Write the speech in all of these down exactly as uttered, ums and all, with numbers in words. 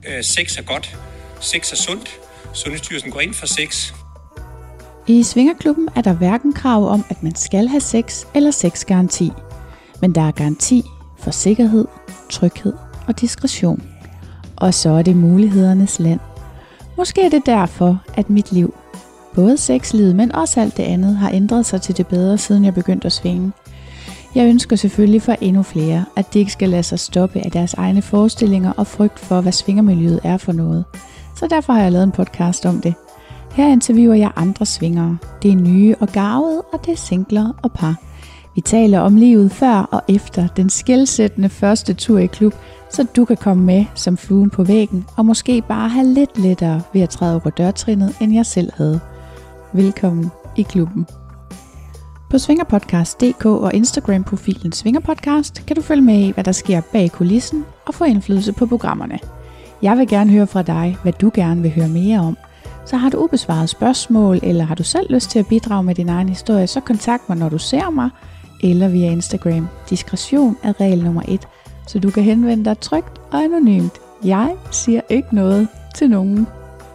Øh, sex er godt. Sex er sundt. Sundhedsstyrelsen går ind for sex. I Svingerklubben er der hverken krav om, at man skal have sex eller sexgaranti. Men der er garanti for sikkerhed, tryghed og diskretion. Og så er det mulighedernes land. Måske er det derfor, at mit liv, både sexlivet, men også alt det andet, har ændret sig til det bedre, siden jeg begyndte at svinge. Jeg ønsker selvfølgelig for endnu flere, at de ikke skal lade sig stoppe af deres egne forestillinger og frygt for, hvad svingermiljøet er for noget. Så derfor har jeg lavet en podcast om det. Her interviewer jeg andre svingere. Det er nye og garvede, og det er singler og par. Vi taler om livet før og efter den skelsættende første tur i klub, så du kan komme med som fluen på væggen, og måske bare have lidt lettere ved at træde over dørtrinnet, end jeg selv havde. Velkommen i klubben. På svingerpodcast punktum d k og Instagram-profilen Svingerpodcast kan du følge med i, hvad der sker bag kulissen og få indflydelse på programmerne. Jeg vil gerne høre fra dig, hvad du gerne vil høre mere om. Så har du ubesvaret spørgsmål, eller har du selv lyst til at bidrage med din egen historie, så kontakt mig, når du ser mig, eller via Instagram. Diskretion er regel nummer et, så du kan henvende dig trygt og anonymt. Jeg siger ikke noget til nogen.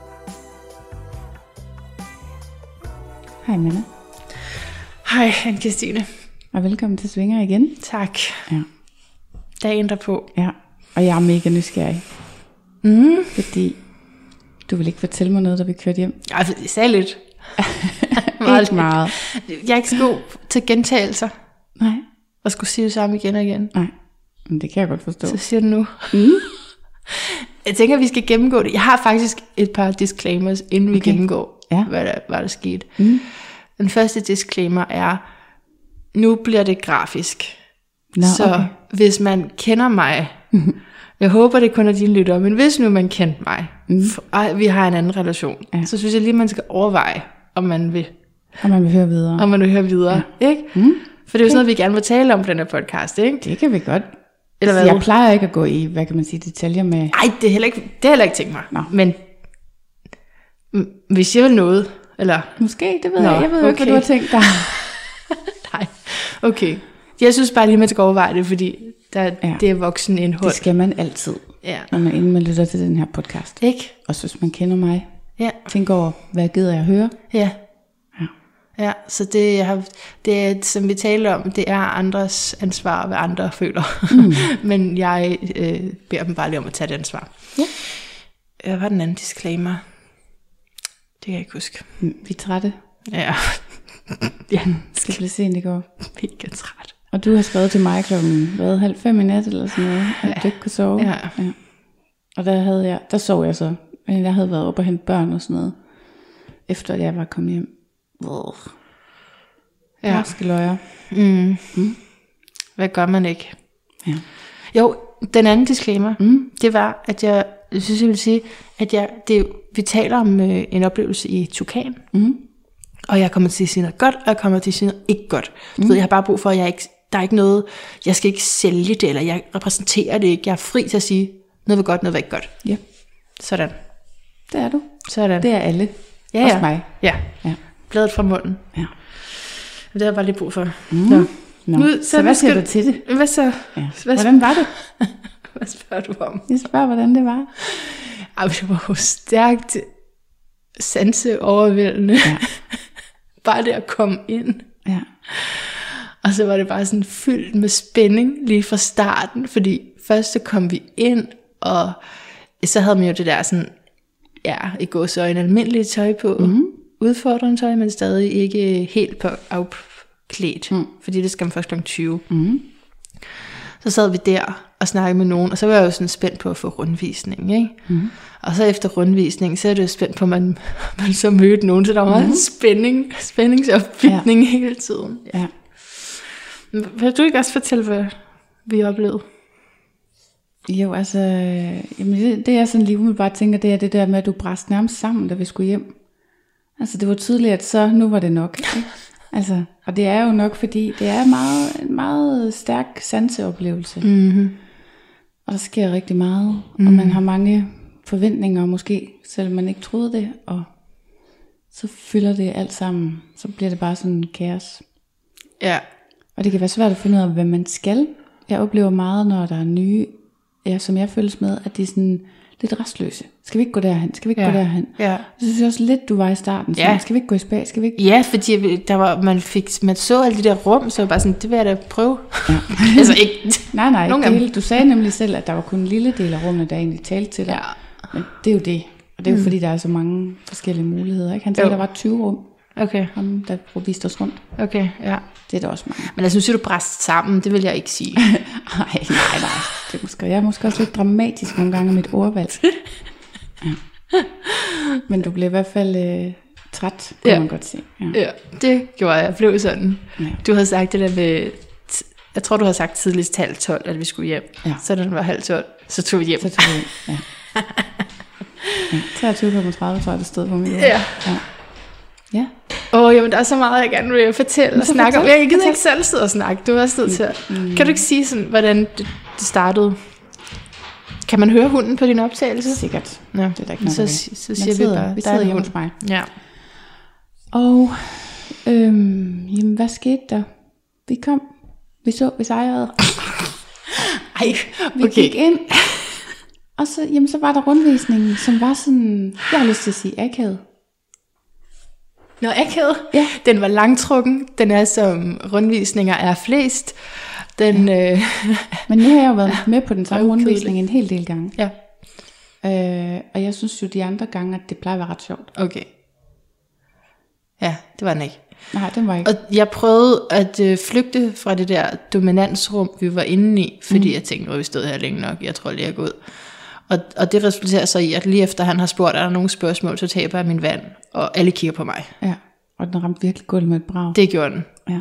Hej Manna. Hej Anne-Kristine. Og velkommen til Svinger igen. Tak. Ja. Dagen derpå. Ja, og jeg er mega nysgerrig. Mm. Fordi du vil ikke fortælle mig noget, da vi kørte hjem. Altså, jeg sagde lidt. Ikke meget. Jeg er ikke så god til gentagelser. Nej. Og skulle sige det samme igen og igen. Nej, men det kan jeg godt forstå. Så siger det nu. Mm. Jeg tænker, at vi skal gennemgå det. Jeg har faktisk et par disclaimers, inden vi okay. gennemgår, ja. hvad, der, hvad der skete. Mm. Den første disclaimer er, nu bliver det grafisk. Nå, så okay. hvis man kender mig, jeg håber det kun er dine lyttere, men hvis nu man kendte mig, mm. og vi har en anden relation, ja. så synes jeg lige, man skal overveje, om man vil, om man vil høre videre. Om man vil høre videre, ja. ikke? Mm. For det er jo sådan noget, vi gerne vil tale om på den her podcast, ikke? Det kan vi godt. Eller hvad? Jeg plejer ikke at gå i, hvad kan man sige, detaljer med. Nej, det er heller ikke, det er heller ikke tænkt mig. Nå. Men hvis jeg vil noget, eller... Måske, det ved Nå, jeg. Jeg ved okay. ikke, hvad du har tænkt dig. Nej, okay. Jeg synes bare lige, man skal overveje det, fordi der, ja. det er voksen indhold. Det skal man altid, ja. når man, inden man lytter til den her podcast. Ikke? Og hvis man kender mig, ja. tænk over, hvad gider jeg at høre? Ja. Ja. Ja, så det, jeg har, det, som vi taler om, det er andres ansvar, hvad andre føler. Mm. Men jeg øh, beder dem bare lige om at tage det ansvar. Ja. Hvad var den anden disclaimer? Det kan jeg ikke huske. Vi er trætte. Ja. ja. Skal blive sent i går. Mega træt. Og du har skrevet til mig klokken, hvad, halv fem i nat eller sådan noget, at ja. du ikke kunne sove. Ja. ja. Og der havde jeg, der sov jeg så. Men jeg havde været oppe og hente børn og sådan noget, efter at jeg var kommet hjem. Wow. Ja. Skeløjer. Mm. Mm. Hvad gør man ikke? Ja. Jo, den anden disclaimer, mm. det var, at jeg, jeg synes, jeg vil sige, at jeg, det, vi taler om øh, en oplevelse i Tukan, mm. og jeg kommer til at sige noget godt, og jeg kommer til at sige noget ikke godt. Mm. Så jeg har bare brug for, at jeg ikke, der er ikke noget, jeg skal ikke sælge det, eller jeg repræsenterer det ikke. Jeg er fri til at sige, noget var godt, noget var ikke godt. Ja. Sådan. Det er du. Sådan. Det er alle. Ja, også ja. mig. Ja. ja. Bladet fra munden. Ja. Det har jeg bare lige brug for. Mm. Nå. Nå. Nu, så, så hvad siger skal du til det? Hvad så? Ja. Hvad hvordan var det? Hvad spørger du om? Jeg spørger, hvordan det var. Ej, det var jo stærkt sanseovervældende. Ja. Bare det at komme ind. Ja. Og så var det bare sådan fyldt med spænding lige fra starten, fordi først så kom vi ind, og så havde man jo det der sådan, ja, i gåseøjne almindelige tøj på, mm-hmm. udfordrende tøj, men stadig ikke helt på afklædt, mm. fordi det skal man først klokken tyve. Mm. Så sad vi der og snakkede med nogen, og så var jeg jo sådan spændt på at få rundvisning, ikke? Mm. Og så efter rundvisning, så er det jo spændt på, at man, man så mødte nogen, så der var mm. en spænding, spændingsopbygning ja. hele tiden. Ja. Vil du ikke også fortælle, hvad vi oplevede? Jo, altså, jamen det, det jeg sådan lige umiddelbart tænker, det er det der med, at du bræste nærmest sammen, da vi skulle hjem. Altså det var tydeligt, at så nu var det nok. Ikke? Altså, og det er jo nok, fordi det er meget, en meget stærk sanseoplevelse. Mm-hmm. Og der sker rigtig meget, mm-hmm. og man har mange forventninger måske, selvom man ikke troede det, og så fylder det alt sammen, så bliver det bare sådan kaos. Ja. Og det kan være svært at finde ud af, hvad man skal. Jeg oplever meget, når der er nye, ja, som jeg føles med, at de sådan lidt restløse. Skal vi ikke gå derhen? Skal vi ikke Ja. gå derhen? Ja. Jeg synes også lidt, du var i starten. Sådan, Ja. Skal vi ikke gå i spa? Skal vi ikke? Ja, fordi der var, man, fik, man så alle de der rum, så var bare sådan, det vil jeg da prøve. Ja. altså ikke... Nej, nej. Nogle Det af dem. hele, du sagde nemlig selv, at der var kun en lille del af rummene, der egentlig talte til dig. Ja. Men det er jo det. Og det er jo Mm. fordi, der er så mange forskellige muligheder. Ikke? Han sagde, Jo. der var tyve rum. Okay, Ham, der viste os rundt. okay, ja. Det er der også mange. Men jeg synes, at du bræst sammen, det vil jeg ikke sige. Nej, nej, nej. Det er måske, jeg er måske også lidt dramatisk nogle gange med mit ordvalg. Ja. Men du blev i hvert fald øh, træt, kan Ja. man godt se. Ja. Ja, det gjorde jeg. Jeg blev sådan. Ja. Du havde sagt det der med, t- jeg tror, du havde sagt tidligst halv tolv, at vi skulle hjem. Ja. Så da den var halv tolv, så tog vi hjem. Så tog vi hjem. Ja. Ja. treogtyve komma tredive tror jeg, det stod på mit ord. Ja. Ja. Ja. Åh, oh, jamen der er så meget, jeg gerne vil fortælle og Så snakke om. fortæl, Jeg gider fortæl. ikke selv sidde og snakke. Du er også nødt til at... Mm. Kan du ikke sige sådan, hvordan det, det startede? Kan man høre hunden på din optagelse? Sikkert. Ja. Det er der ikke noget så, ved. så, så Man siger sidder, vi bare, vi der er sidder en hjemme hund. hos mig. Ja. Og øhm, jamen, hvad skete der? Vi kom, vi så, vi sejrede. Ej, Vi okay. gik ind, og så, jamen, så var der rundvisningen, som var sådan, jeg har lyst til at sige akavet. Nå, akavet. Ja. Den var langtrukken. Den er som rundvisninger er flest. Den, ja. øh, Men nu har jeg jo været med på den samme Okay. rundvisning en hel del gange. ja, Øh, og jeg synes jo de andre gange, at det plejer at være ret sjovt. okay. Ja, det var den ikke. Nej, den var ikke. Og jeg prøvede at øh, flygte fra det der dominansrum, vi var inde i, fordi mm. jeg tænkte, at vi stod her længe nok, jeg tror lige, jeg er gået. Og, og det resulterer så i, at lige efter han har spurgt, er der nogle spørgsmål, så taber jeg min vand, og alle kigger på mig. Ja, og den ramte virkelig gulvet med et brag. Det gjorde den. Ja.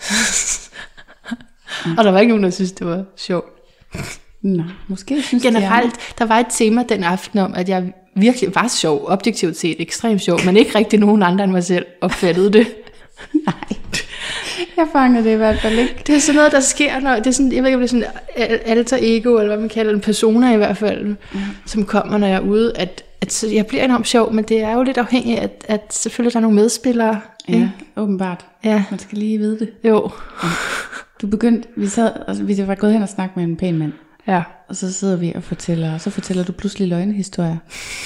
Og der var ikke nogen, der synes det var sjovt. Nå, måske synes Generelt, der var et tema den aften om, at jeg virkelig var sjov, objektivt set ekstremt sjov, men ikke rigtig nogen andre end mig selv opfattede det. Nej, jeg fangede det i hvert fald ikke. Det er sådan noget, der sker, når det er sådan, jeg ved ikke, om det er sådan al- alter ego, eller hvad man kalder det, persona i hvert fald, mm. som kommer, når jeg er ude, at, at så jeg bliver enormt sjov, men det er jo lidt afhængigt af, at, at selvfølgelig der er nogle medspillere. Ja, ikke? åbenbart. Ja. Man skal lige vide det. Jo. Du begyndte, vi, sad, altså, vi var gået hen og snakket med en pæn mand, Ja. og så sidder vi og fortæller, og så fortæller du pludselig løgnehistorier.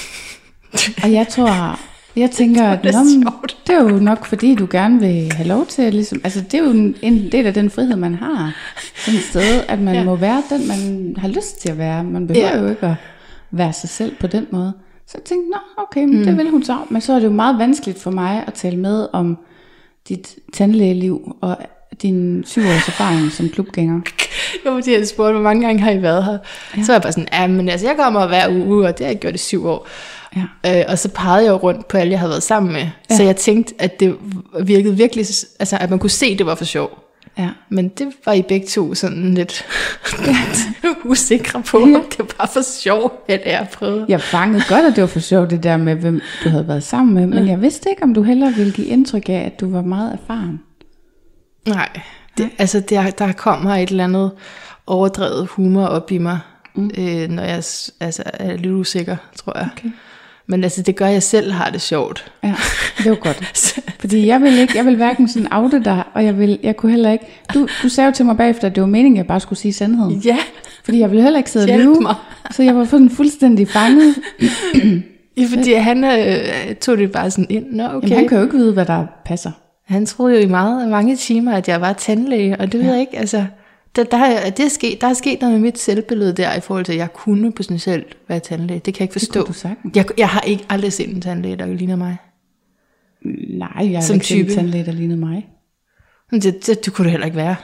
Og jeg tror, jeg tænker, at Det er nå, men sjovt. det er jo nok fordi, du gerne vil have lov til, ligesom, altså det er jo en, en del af den frihed, man har. Sådan et sted, at man Ja. ja. må være den, man har lyst til at være. Man behøver Ja. ja. jo ikke at være sig selv på den måde. Så jeg tænkte, nå okay, men mm. det vil hun så. Men så er det jo meget vanskeligt for mig at tale med om dit tandlægeliv og din syv års erfaring som klubgænger. Jo, fordi jeg spurgte, hvor mange gange har I været her? Ja. Så var jeg bare sådan, ja, men altså, jeg kommer hver uge, og det har jeg gjort i syv år. Ja. Øh, og så pegede jeg jo rundt på alle, jeg havde været sammen med. Ja. Så jeg tænkte, at det virkede virkelig, altså at man kunne se, at det var for sjov. Ja. Men det var I begge to sådan lidt usikre på, Ja. om det var for sjov, at jeg prøvede. Jeg fangede godt, at det var for sjovt, det der med, hvem du havde været sammen med. Men jeg vidste ikke, om du hellere ville give indtryk af, at du var meget erfaren. Nej, det, altså der, der kommer et eller andet overdrevet humor op i mig, mm. øh, når jeg s- altså, er lidt usikker, tror jeg. Okay. Men altså, det gør, at jeg selv har det sjovt. Ja, det var godt. Fordi jeg vil ikke, jeg vil hverken sådan oute dig, og jeg, vil, jeg kunne heller ikke... Du, du sagde jo til mig bagefter, at det var meningen, at jeg bare skulle sige sandheden. Ja, Fordi jeg ville heller ikke sidde og Hjælp lyve. mig. Så jeg var sådan fuldstændig fanget. ja fordi han øh, tog det bare sådan ind. Nå, okay. Jamen, han kan jo ikke vide, hvad der passer. Han troede jo i meget, mange timer, at jeg var tandlæge, og det ved Ja. jeg ikke, altså... Der, der, er, det er sket, der er sket noget med mit selvbillede der, i forhold til, at jeg kunne potentielt være tandlæge. Det kan jeg ikke Det forstå. kunne du sagtens. Jeg, jeg har ikke aldrig set en tandlæge, der ligner mig. Nej, jeg har Som ikke set en type. tandlæge, der lignede mig. Men det, det, det kunne det heller ikke være.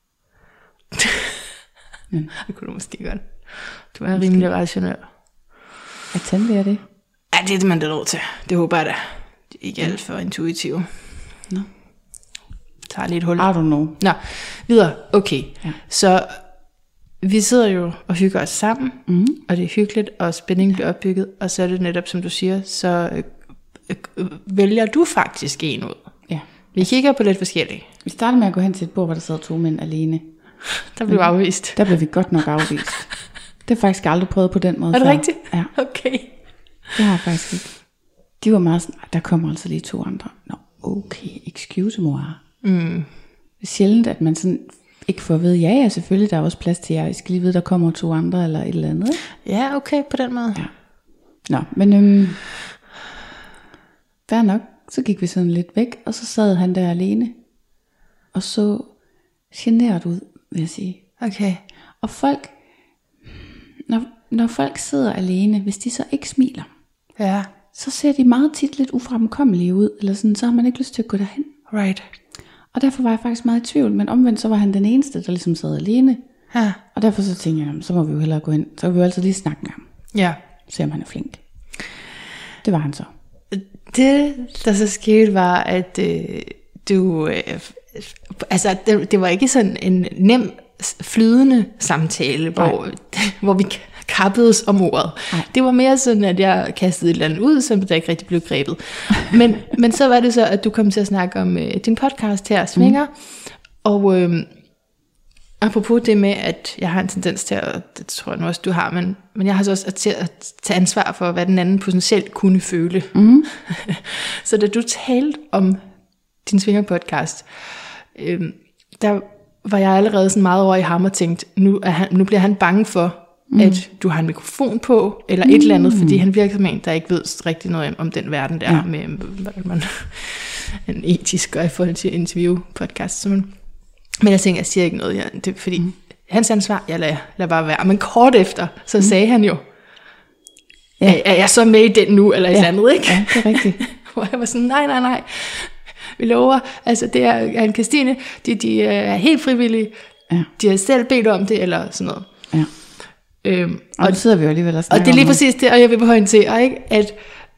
Men. Det kunne du måske godt. Du er rimelig rationel. Er tandlæger det? Ja, det er det, man er nødt til. Det håber jeg da. Det er ikke alt for intuitivt. Nå. Tager lige et hul. I don't know. Nå, videre. Okay. Ja. Så vi sidder jo og hygger os sammen, Mm. og det er hyggeligt, og spændingen bliver opbygget, og så er det netop, som du siger, så øh, øh, øh, vælger du faktisk en ud. Ja. Vi kigger på lidt forskellige. Vi startede med at gå hen til et bord, hvor der sad to mænd alene. Der blev afvist. Der blev vi godt nok afvist. Det har jeg faktisk aldrig prøvet på den måde Er det før. rigtigt? Ja, Okay. det har jeg faktisk ikke. De var meget sådan, "Ej, der kommer altså lige to andre." Nå, okay, excuse mor. Mm. Det er sjældent, at man sådan ikke får at vide, ja, ja, selvfølgelig, der er også plads til jer. I skal lige vide, der kommer to andre eller et eller andet. Ikke? Ja, okay, på den måde. Ja. Nå, men øhm, fair nok. Så gik vi sådan lidt væk, og så sad han der alene, og så genert ud, vil jeg sige. Okay. Og folk, når, når folk sidder alene, hvis de så ikke smiler, Ja. så ser de meget tit lidt ufremkommelige ud, eller sådan, så har man ikke lyst til at gå derhen. Right. Og derfor var jeg faktisk meget i tvivl, men omvendt så var han den eneste, der ligesom sad alene. Ja. Og derfor så tænkte jeg, så må vi jo hellere gå hen, så kan vi jo altid lige snakke med ham, Ja. se om han er flink. Det var han så. Det, der så skete, var, at øh, du... Øh, altså, det, det var ikke sådan en nem, flydende samtale, hvor, hvor vi kappedes om ordet. Nej. Det var mere sådan, at jeg kastede et eller andet ud, som der ikke rigtig blev grebet. Men, men så var det så, at du kom til at snakke om øh, din podcast her, Svinger. Mm. Og øh, apropos det med, at jeg har en tendens til, at det tror jeg nu også, du har, men, men jeg har så også til at tage ansvar for, hvad den anden potentielt kunne føle. Mm. Så da du talte om din Svinger-podcast, øh, der var jeg allerede sådan meget over i ham og tænkte, nu, er han, nu bliver han bange for, mm. at du har en mikrofon på, eller et mm. eller andet, fordi han virker som en, der ikke ved rigtig noget om, om den verden der, ja. med hvordan man en etisk og i forhold til interview-podcast. Men jeg tænker, jeg siger ikke noget, jeg, det er fordi, mm. hans ansvar, jeg lader, lader bare være. Men kort efter, så mm. sagde han jo, ja. er, er jeg så med i den nu, eller et ja. andet, ikke? Ja, det er rigtigt. Hvor jeg var sådan, nej, nej, nej. Vi lover, altså det er Anne-Kristine, de, de er helt frivillige, ja. De har selv bedt om det, eller sådan noget. Ja. Øhm, og, og det sidder vi jo alligevel og snakker. Og det er lige præcis det, og jeg vil pointere, ikke, at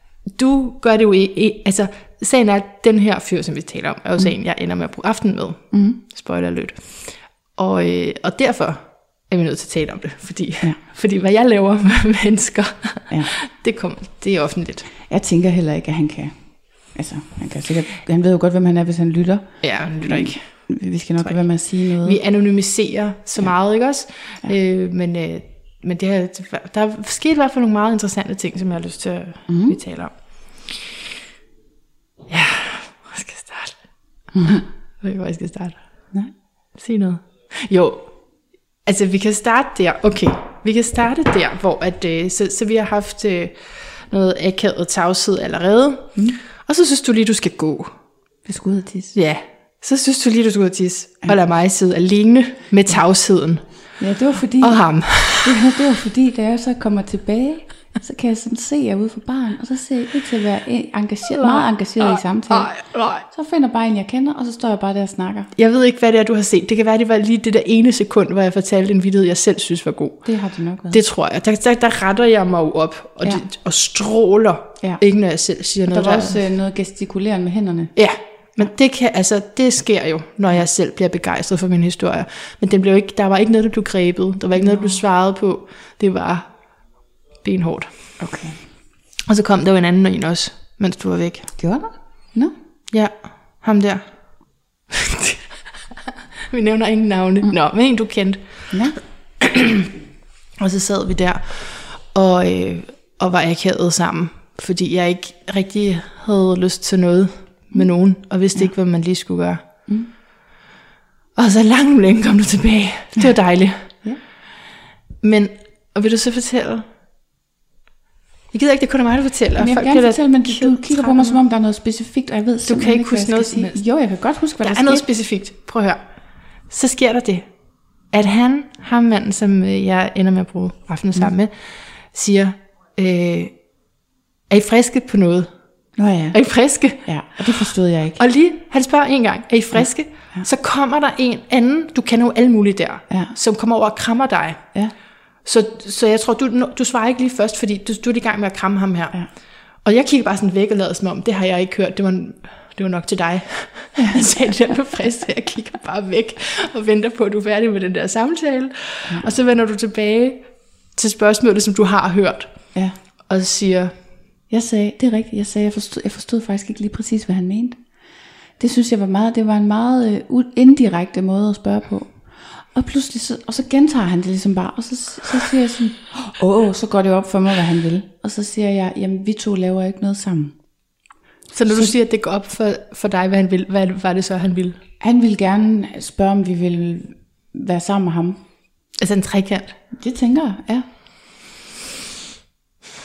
du gør det jo ikke, altså sagen er, at den her fyr, som vi taler om, er jo sagen, mm. jeg ender med at bruge aften med. Mm. Spoiler alert. Og, øh, og derfor er vi nødt til at tale om det, fordi, ja. fordi hvad jeg laver med mennesker, ja. det, kom, det er offentligt. Jeg tænker heller ikke, at han kan. Altså, han kan sikkert, han ved jo godt, hvem han er, hvis han lytter. Ja, han lytter ikke. Vi skal nok være med at sige noget. Vi anonymiserer så meget, ikke også? Ja. Øh, men øh, men det her, der er sket i hvert fald nogle meget interessante ting, som jeg har lyst til at mm. vi taler om. Ja, hvor skal jeg starte? Mm. Jeg ved ikke, hvor jeg skal starte. Nej. Sig noget. Jo, altså vi kan starte der. Okay, vi kan starte der, hvor at, øh, så, så vi har haft øh, noget akavet tavshed allerede. Mm. Og så synes du lige, du skal gå. Jeg skal ud og tisse. Ja, så synes du lige, du skal ud og tisse. Ja. Og lad mig sidde alene med tavsheden. Ja, det var fordi... Og ham. Det var, det var fordi, da jeg så kommer tilbage, så kan jeg sådan se jer ude for baren, og så ser jeg ikke til at være engageret, meget engageret nej, i samtalen. Nej, nej. Så finder jeg bare en, jeg kender, og så står jeg bare der og snakker. Jeg ved ikke, hvad det er, du har set. Det kan være, det var lige det der ene sekund, hvor jeg fortalte en vittighed, jeg selv synes var god. Det har det nok været. Det tror jeg. Der, der, der retter jeg mig jo op, og, ja. det, og stråler. Ja. Ikke når jeg selv siger og noget. der var der... også noget gestikuleren med hænderne. Ja. Men det, kan, altså, det sker jo, når jeg selv bliver begejstret for min historie. Men den blev ikke, der var ikke noget, der blev grebet. Der var ikke noget, der blev svaret på. Det var benhårdt. Okay. Og så kom der jo en anden en også, mens du var væk. Gjorde der? Nå? No. Ja, ham der. Vi nævner ingen navne. Mm. Nå, men en du kendte. Ja. Og så sad vi der og, øh, og var akavet sammen. Fordi jeg ikke rigtig havde lyst til noget med nogen, og vidste ja. ikke, hvad man lige skulle gøre. Mm. Og så langt længe kom du tilbage. Det var dejligt. Ja. Men, og vil du så fortælle? Jeg gider ikke, det er kun mig, der fortæller. Men jeg vil gerne fortælle, men du, du kigger på mig, som om der er noget specifikt, og jeg ved du kan ikke huske noget som helst. Jo, jeg kan godt huske, hvad der, der er noget specifikt. Prøv at høre. Så sker der det, at han, ham manden, som jeg ender med at bruge aftenen sammen mm. med, siger, øh, er I friske på noget? Nå ja. Er I friske? Ja, og det forstod jeg ikke. Og lige, han spørger en gang, er I friske? Ja. Ja. Så kommer der en anden, du kender jo alle mulige der, ja. som kommer over og krammer dig. Ja. Så, så jeg tror, du, du svarer ikke lige først, fordi du, du er i gang med at kramme ham her. Ja. Og jeg kigger bare sådan væk og lader som om, det har jeg ikke hørt, det var, det var nok til dig. Ja. Jeg sagde, det er frisk, så jeg kigger bare væk og venter på, at du er færdig med den der samtale. Ja. Og så vender du tilbage til spørgsmålet, som du har hørt. Ja. Og siger... Jeg sagde, det er rigtigt, jeg sagde, jeg forstod, jeg forstod faktisk ikke lige præcis, hvad han mente. Det synes jeg var meget, det var en meget uh, indirekte måde at spørge på. Og pludselig, så, og så gentager han det ligesom bare, og så, så siger jeg sådan, åh, oh, så går det op for mig, hvad han vil. Og så siger jeg, jamen vi to laver ikke noget sammen. Så når så, du siger, at det går op for, for dig, hvad han vil, hvad var det så, han ville? Han ville gerne spørge, om vi ville være sammen med ham. Altså en trekant? Det tænker jeg, ja.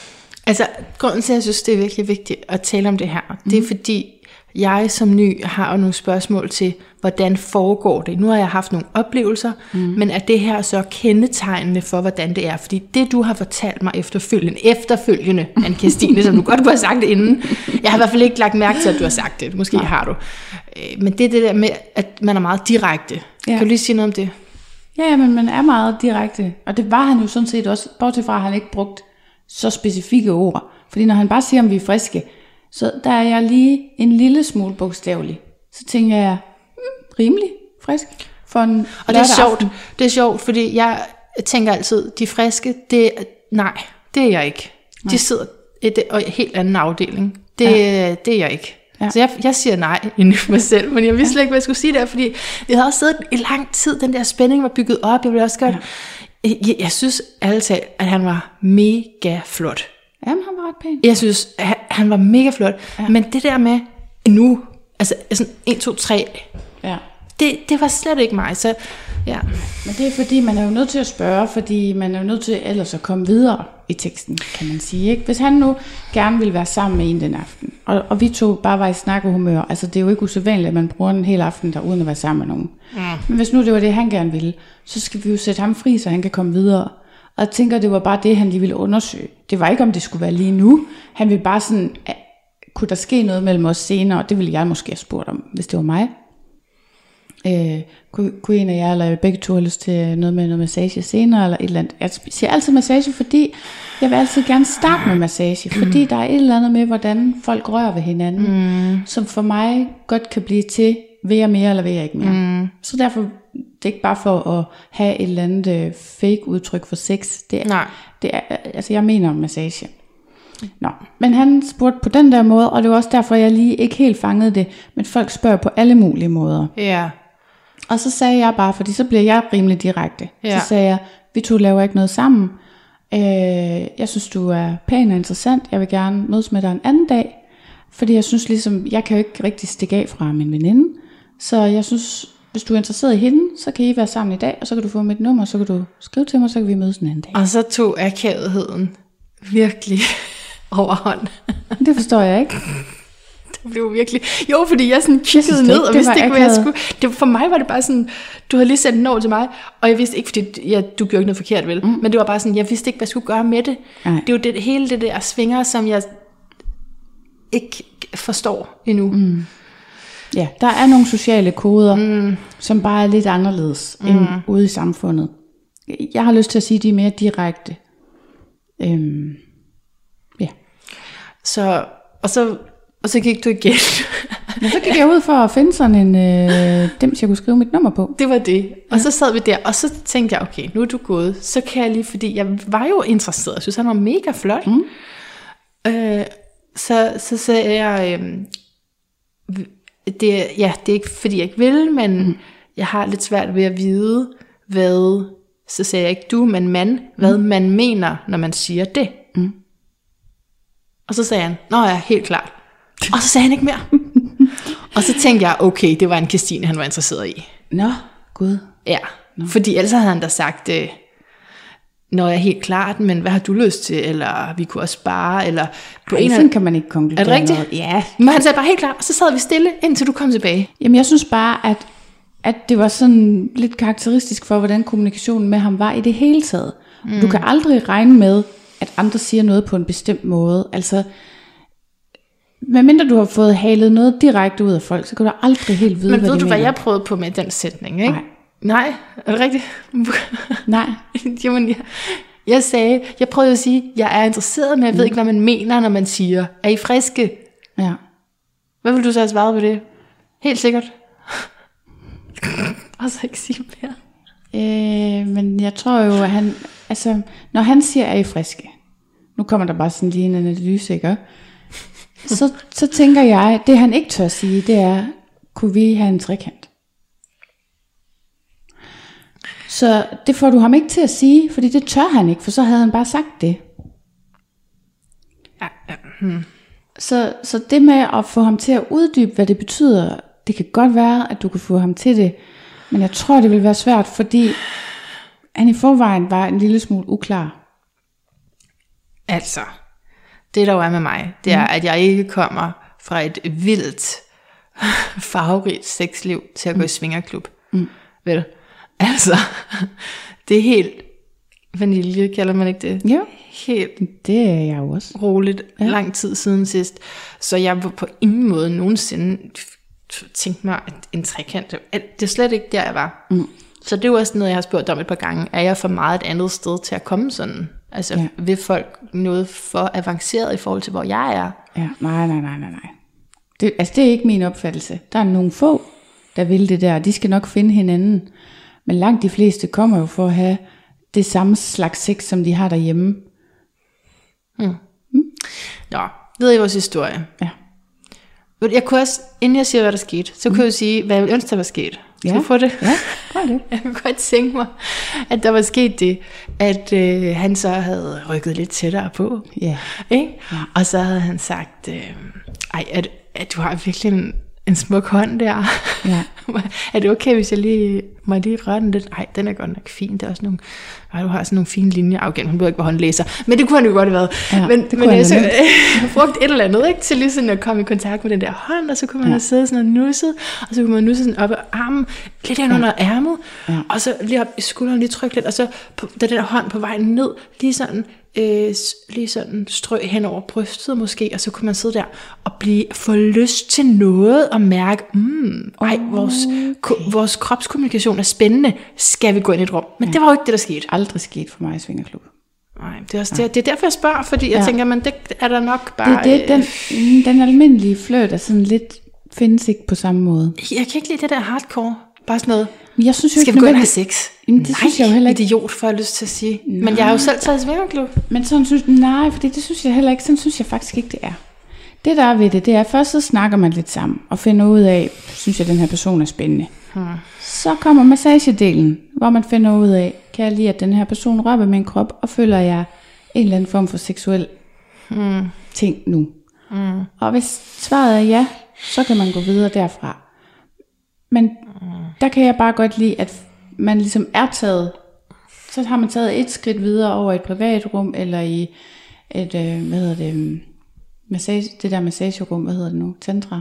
Altså, grunden til, at jeg synes, det er virkelig vigtigt at tale om det her, mm. det er fordi, jeg som ny har jo nogle spørgsmål til, hvordan foregår det. Nu har jeg haft nogle oplevelser, mm. men er det her så kendetegnende for, hvordan det er? Fordi det, du har fortalt mig efterfølgende, efterfølgende, Anne-Kirstine, som du godt kunne have sagt det inden, jeg har i hvert fald ikke lagt mærke til, at du har sagt det. Måske har du. Men det er det der med, at man er meget direkte. Ja. Kan du lige sige noget om det? Ja, men man er meget direkte, og det var han jo sådan set også, bortset fra, at han ikke brugt så specifikke ord. Fordi når han bare siger, om vi er friske, så der er jeg lige en lille smule bogstavelig. Så tænker jeg, hmm, rimelig frisk for en Og det er sjovt, aften. Det er sjovt, fordi jeg tænker altid, de friske, det nej, det er jeg ikke. Nej. De sidder i en helt anden afdeling. Det, ja. det er jeg ikke. Ja. Så jeg, jeg siger nej inden for mig selv, men jeg vidste slet ikke, hvad jeg skulle sige der, fordi jeg havde også siddet i lang tid, den der spænding var bygget op. Jeg ville også godt, ja. jeg, jeg synes ærligt talt, at han var mega flot. Jamen, han var ret pæn. Jeg synes, han, han var mega flot. Ja. Men det der med nu, altså sådan en, to, tre, ja. det, det var slet ikke mig. Så, ja. Men det er fordi, man er jo nødt til at spørge, fordi man er jo nødt til ellers at komme videre i teksten, kan man sige. Ikke? Hvis han nu gerne ville være sammen med en den aften, og, og vi to bare var i snakkehumør, altså det er jo ikke usædvanligt, at man bruger en hel aften der uden at være sammen med nogen. Mm. Men hvis nu det var det, han gerne ville, så skal vi jo sætte ham fri, så han kan komme videre. Og jeg tænker, det var bare det, han lige ville undersøge. Det var ikke, om det skulle være lige nu. Han ville bare sådan, kunne der ske noget mellem os senere? Det ville jeg måske have spurgt om, hvis det var mig. Øh, kunne, kunne en af jer eller begge to have lyst til noget med noget massage senere? Eller et eller andet. Jeg siger altid massage, fordi jeg vil altid gerne starte med massage. Fordi der er et eller andet med, hvordan folk rører ved hinanden. Mm. Som for mig godt kan blive til, vil jeg mere eller vil jeg ikke mere. Mm. Så derfor... Det er ikke bare for at have et eller andet fake udtryk for sex. Det er, Nej. Det er, altså jeg mener massage. Nå, men han spurgte på den der måde, og det var også derfor, jeg lige ikke helt fangede det. Men folk spørger på alle mulige måder. Ja. Og så sagde jeg bare, fordi så bliver jeg rimelig direkte. Ja. Så sagde jeg, vi to laver ikke noget sammen. Øh, jeg synes, du er pæn og interessant. Jeg vil gerne mødes med dig en anden dag. Fordi jeg synes ligesom, jeg kan jo ikke rigtig stikke af fra min veninde. Så jeg synes... Hvis du er interesseret i hende, så kan I være sammen i dag, og så kan du få mit nummer, så kan du skrive til mig, så kan vi mødes en anden dag. Og så tog akavetheden virkelig overhånd. Det forstår jeg ikke. Det blev virkelig... Jo, fordi jeg sådan kiggede ned, og vidste ikke, hvad jeg skulle... Det, for mig var det bare sådan, du havde lige sendt den over til mig, og jeg vidste ikke, fordi ja, du gjorde ikke noget forkert, vel? Mm. Men det var bare sådan, jeg vidste ikke, hvad jeg skulle gøre med det. Ej. Det er jo det, hele det der svinger, som jeg ikke forstår endnu. Mm. Ja, der er nogle sociale koder, mm. som bare er lidt anderledes mm. end ude i samfundet. Jeg har lyst til at sige, at de er mere direkte. Øhm, ja. Så, og, så, og så gik du igen. Ja, så gik jeg ud for at finde sådan en øh, dims, jeg kunne skrive mit nummer på. Det var det. Og ja. Så sad vi der, og så tænkte jeg, okay, nu er du gået. Så kan jeg lige, fordi jeg var jo interesseret. Jeg synes, han var mega flot. Mm. Øh, så, så sagde jeg... Øh, Det, ja, det er ikke fordi jeg ikke vil, men mm. jeg har lidt svært ved at vide, hvad, så sagde jeg ikke du, men man, hvad mm. man mener, når man siger det. Mm. Og så sagde han, nå ja, helt klart. Og så sagde han ikke mere. Og så tænkte jeg, okay, det var en Kirstine, han var interesseret i. Nå, gud. Ja, nå. Fordi ellers havde han da sagt, øh, når jeg er helt klart, men hvad har du lyst til? Eller vi kunne også spare, eller på Ej, en sådan kan man ikke konkludere. Er det rigtigt? Noget. Ja. Men han sagde bare helt klart, og så sad vi stille, indtil du kom tilbage. Jamen jeg synes bare, at, at det var sådan lidt karakteristisk for, hvordan kommunikationen med ham var i det hele taget. Mm. Du kan aldrig regne med, at andre siger noget på en bestemt måde. Altså, medmindre du har fået halet noget direkte ud af folk, så kan du aldrig helt vide, men hvad ved de du, mener. hvad jeg prøvede på med den sætning, ikke? Nej. Nej, er det rigtigt? Nej. Jamen, jeg, jeg sagde, jeg prøvede at sige, jeg er interesseret, men jeg ved mm. ikke, hvad man mener, når man siger, er I friske? Ja. Hvad vil du så have svaret på det? Helt sikkert. Og så ikke sige mere. Øh, men jeg tror jo, at han, altså, når han siger, er I friske? Nu kommer der bare sådan lige en analyse, ikke? Så, så tænker jeg, det han ikke tør sige, det er, kunne vi have en trekant? Så det får du ham ikke til at sige, fordi det tør han ikke, for så havde han bare sagt det. Ja, ja. Hmm. Så, så det med at få ham til at uddybe, hvad det betyder, det kan godt være, at du kan få ham til det, men jeg tror, det vil være svært, fordi han i forvejen var en lille smule uklar. Altså, det der jo er med mig, det er, mm. at jeg ikke kommer fra et vildt, farverigt sexliv til at gå mm. i svingerklub. Mm. Vel? Altså, det er helt vanilje, kalder man ikke det? Ja, helt det er jeg jo også. Roligt, ja. lang tid siden sidst. Så jeg var på ingen måde nogensinde tænkt mig, at en trekant, det er slet ikke der, jeg var. Mm. Så det er jo også noget, jeg har spurgt om et par gange. Er jeg for meget et andet sted til at komme sådan? Altså, ja. Vil folk noget for avanceret i forhold til, hvor jeg er? Ja, nej, nej, nej, nej, nej. Det, altså, det er ikke min opfattelse. Der er nogle få, der vil det der. De skal nok finde hinanden. Men langt de fleste kommer jo for at have det samme slags sex, som de har derhjemme. Mm. Mm. Nå, ved I vores historie? Ja. Jeg kunne også, inden jeg siger, hvad der skete, så kunne mm. jeg sige, hvad jeg ville ønske, der var sket. Skal ja. du få det? Ja, gør det. Jeg kunne godt tænke mig, at der var sket det, at øh, han så havde rykket lidt tættere på. Ja. Ikke? Ja. Og så havde han sagt, øh, ej, at, at du har virkelig en, en smuk hånd der. Ja. Er det okay, hvis jeg lige må jeg lige røre den lidt? Nej, den er godt nok fin. Det er også nogle, ej, du har sådan nogle fine linjer. Afgæld, hun ved ikke, hvor han læser. Men det kunne han jo godt have været. Ja, men det men jeg, så, jeg jeg brugt et eller andet, ikke, til lige sådan at komme i kontakt med den der hånd, og så kunne man ja. have siddet sådan og nusset, og så kunne man nusse sådan op ad armen, lidt ind under ja. ærmet, ja. og så lige op i skulderen, lige trykke lidt, og så på, der den der hånd på vejen ned, lige sådan, øh, lige sådan strø hen over brystet måske, og så kunne man sidde der og blive, få lyst til noget, og mærke, mm, ej, vores, okay. vores kropskommunikation er spændende, skal vi gå ind i et rum? Men ja. det var jo ikke det, der skete. Aldrig sket for mig i svingerklub. Nej, det er, også det, det er derfor, jeg spørger, fordi jeg ja. tænker, men det er der nok bare... Det, det, den, den almindelige flirt er sådan lidt, findes ikke på samme måde. Jeg kan ikke lide det der hardcore, bare sådan noget, jeg synes jo skal vi gå ind og have sex? Jamen, det nej, synes jeg jo heller ikke. Idiot, får jeg lyst til at sige. Nej. Men jeg har jo selv taget i svingerklub. Men sådan synes nej, fordi det synes jeg heller ikke, sådan synes jeg faktisk ikke, det er. Det der er ved det, det er, først så snakker man lidt sammen, og finder ud af, synes jeg, den her person er spændende. Hmm. Så kommer massagedelen, hvor man finder ud af, kan jeg lide, at den her person rører ved min krop, og føler jeg en eller anden form for seksuel hmm. ting nu. Hmm. Og hvis svaret er ja, så kan man gå videre derfra. Men hmm. der kan jeg bare godt lide, at man ligesom er taget, så har man taget et skridt videre over et privat rum, eller i et, øh, hvad hedder det, massage, det der massagerum, hvad hedder det nu, tantra.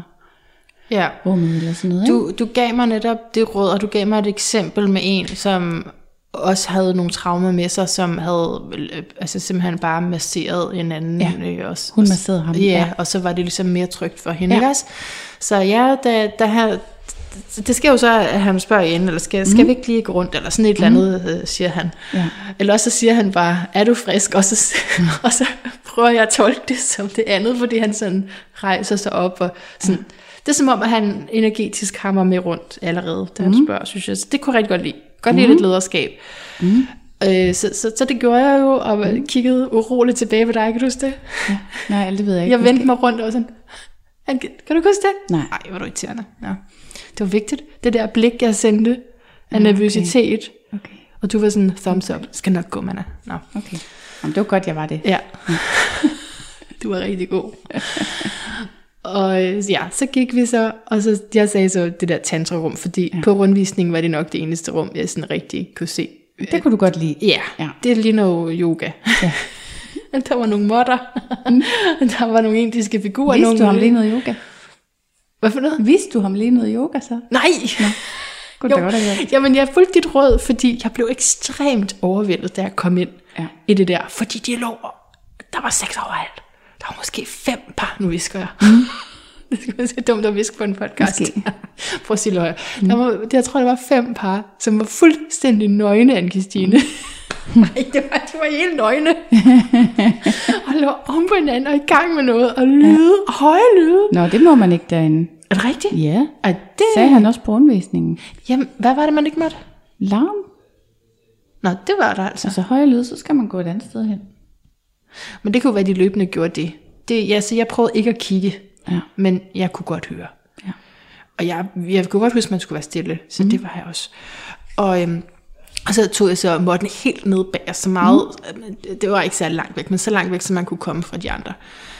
Ja. Rummet eller sådan noget, du, du gav mig netop det råd, og du gav mig et eksempel med en, som også havde nogle traumer med sig, som havde øh, altså simpelthen bare masseret en anden. Ja, øh, også, hun masserede ham. Ja, ja, og så var det ligesom mere trygt for hende, ja. Ikke også? Så ja, da, da her, det sker jo så, at han spørger igen, eller skal, skal mm. vi ikke lige gå rundt, eller sådan et mm. eller andet, øh, siger han. Ja. Eller også så siger han bare, er du frisk? Og så, mm. og så prøver jeg at tolke det som det andet, fordi han sådan rejser sig op, og sådan... Ja. Det er som om, at han energetisk hammer med rundt allerede, da han mm. spørger, synes jeg. Så det kunne jeg rigtig godt lide. Godt lide mm. lidt lederskab. Mm. Øh, så, så, så det gjorde jeg jo, og mm. kiggede uroligt tilbage på dig. Kan du huske det? Ja. Nej, det ved jeg ikke. Jeg vendte mig rundt og sådan, kan du huske det? Nej. Nej, hvor du irriterende. Ja. Det var vigtigt. Det der blik, jeg sendte af nervøsitet. Okay. Okay. Og du var sådan, thumbs up. Skal nok gå, Manna. Nå. Okay. Jamen, det var godt, jeg var det. Ja. Du var rigtig god. Og ja, så gik vi så, og så jeg sagde så det der tantrarum, fordi ja. på rundvisningen var det nok det eneste rum, jeg sådan rigtig kunne se. Det kunne du godt lide. Ja, ja. Det er lige noget yoga. Ja. Der var nogle modder, mm. der var nogle indiske figurer. Viste nogle... du ham lige noget yoga? Hvad for noget? Viste du ham lige noget yoga så? Nej! Nå. God, jo, godt, jamen jeg fulgte dit råd, fordi jeg blev ekstremt overvældet, da jeg kom ind ja. i det der, fordi de lå, der var seks overalt. Der var måske fem par, nu visker jeg. Mm. Det skulle være så dumt at viske på en podcast. Prøv at sige løg. Mm. Der var, det, jeg tror, der var fem par, som var fuldstændig nøgne, Anne-Kristine. Nej, det var, det var helt nøgne. Og lå om på hinanden og i gang med noget, og lyde, ja. høje lyde. Nå, det må man ikke derinde. Er det rigtigt? Ja, er det... sagde han også på rundvisningen. Jamen, hvad var det, man ikke måtte? Larm. Nå, det var der altså. Altså høje lyde, så skal man gå et andet sted hen. Men det kunne være, de løbende gjorde det. det ja, så jeg prøvede ikke at kigge, ja. men jeg kunne godt høre. Ja. Og jeg, jeg kunne godt huske, at man skulle være stille, så mm. det var jeg også. Og, øhm, og så tog jeg så Morten helt ned bag så meget, mm. det var ikke så langt væk, men så langt væk, så man kunne komme fra de andre.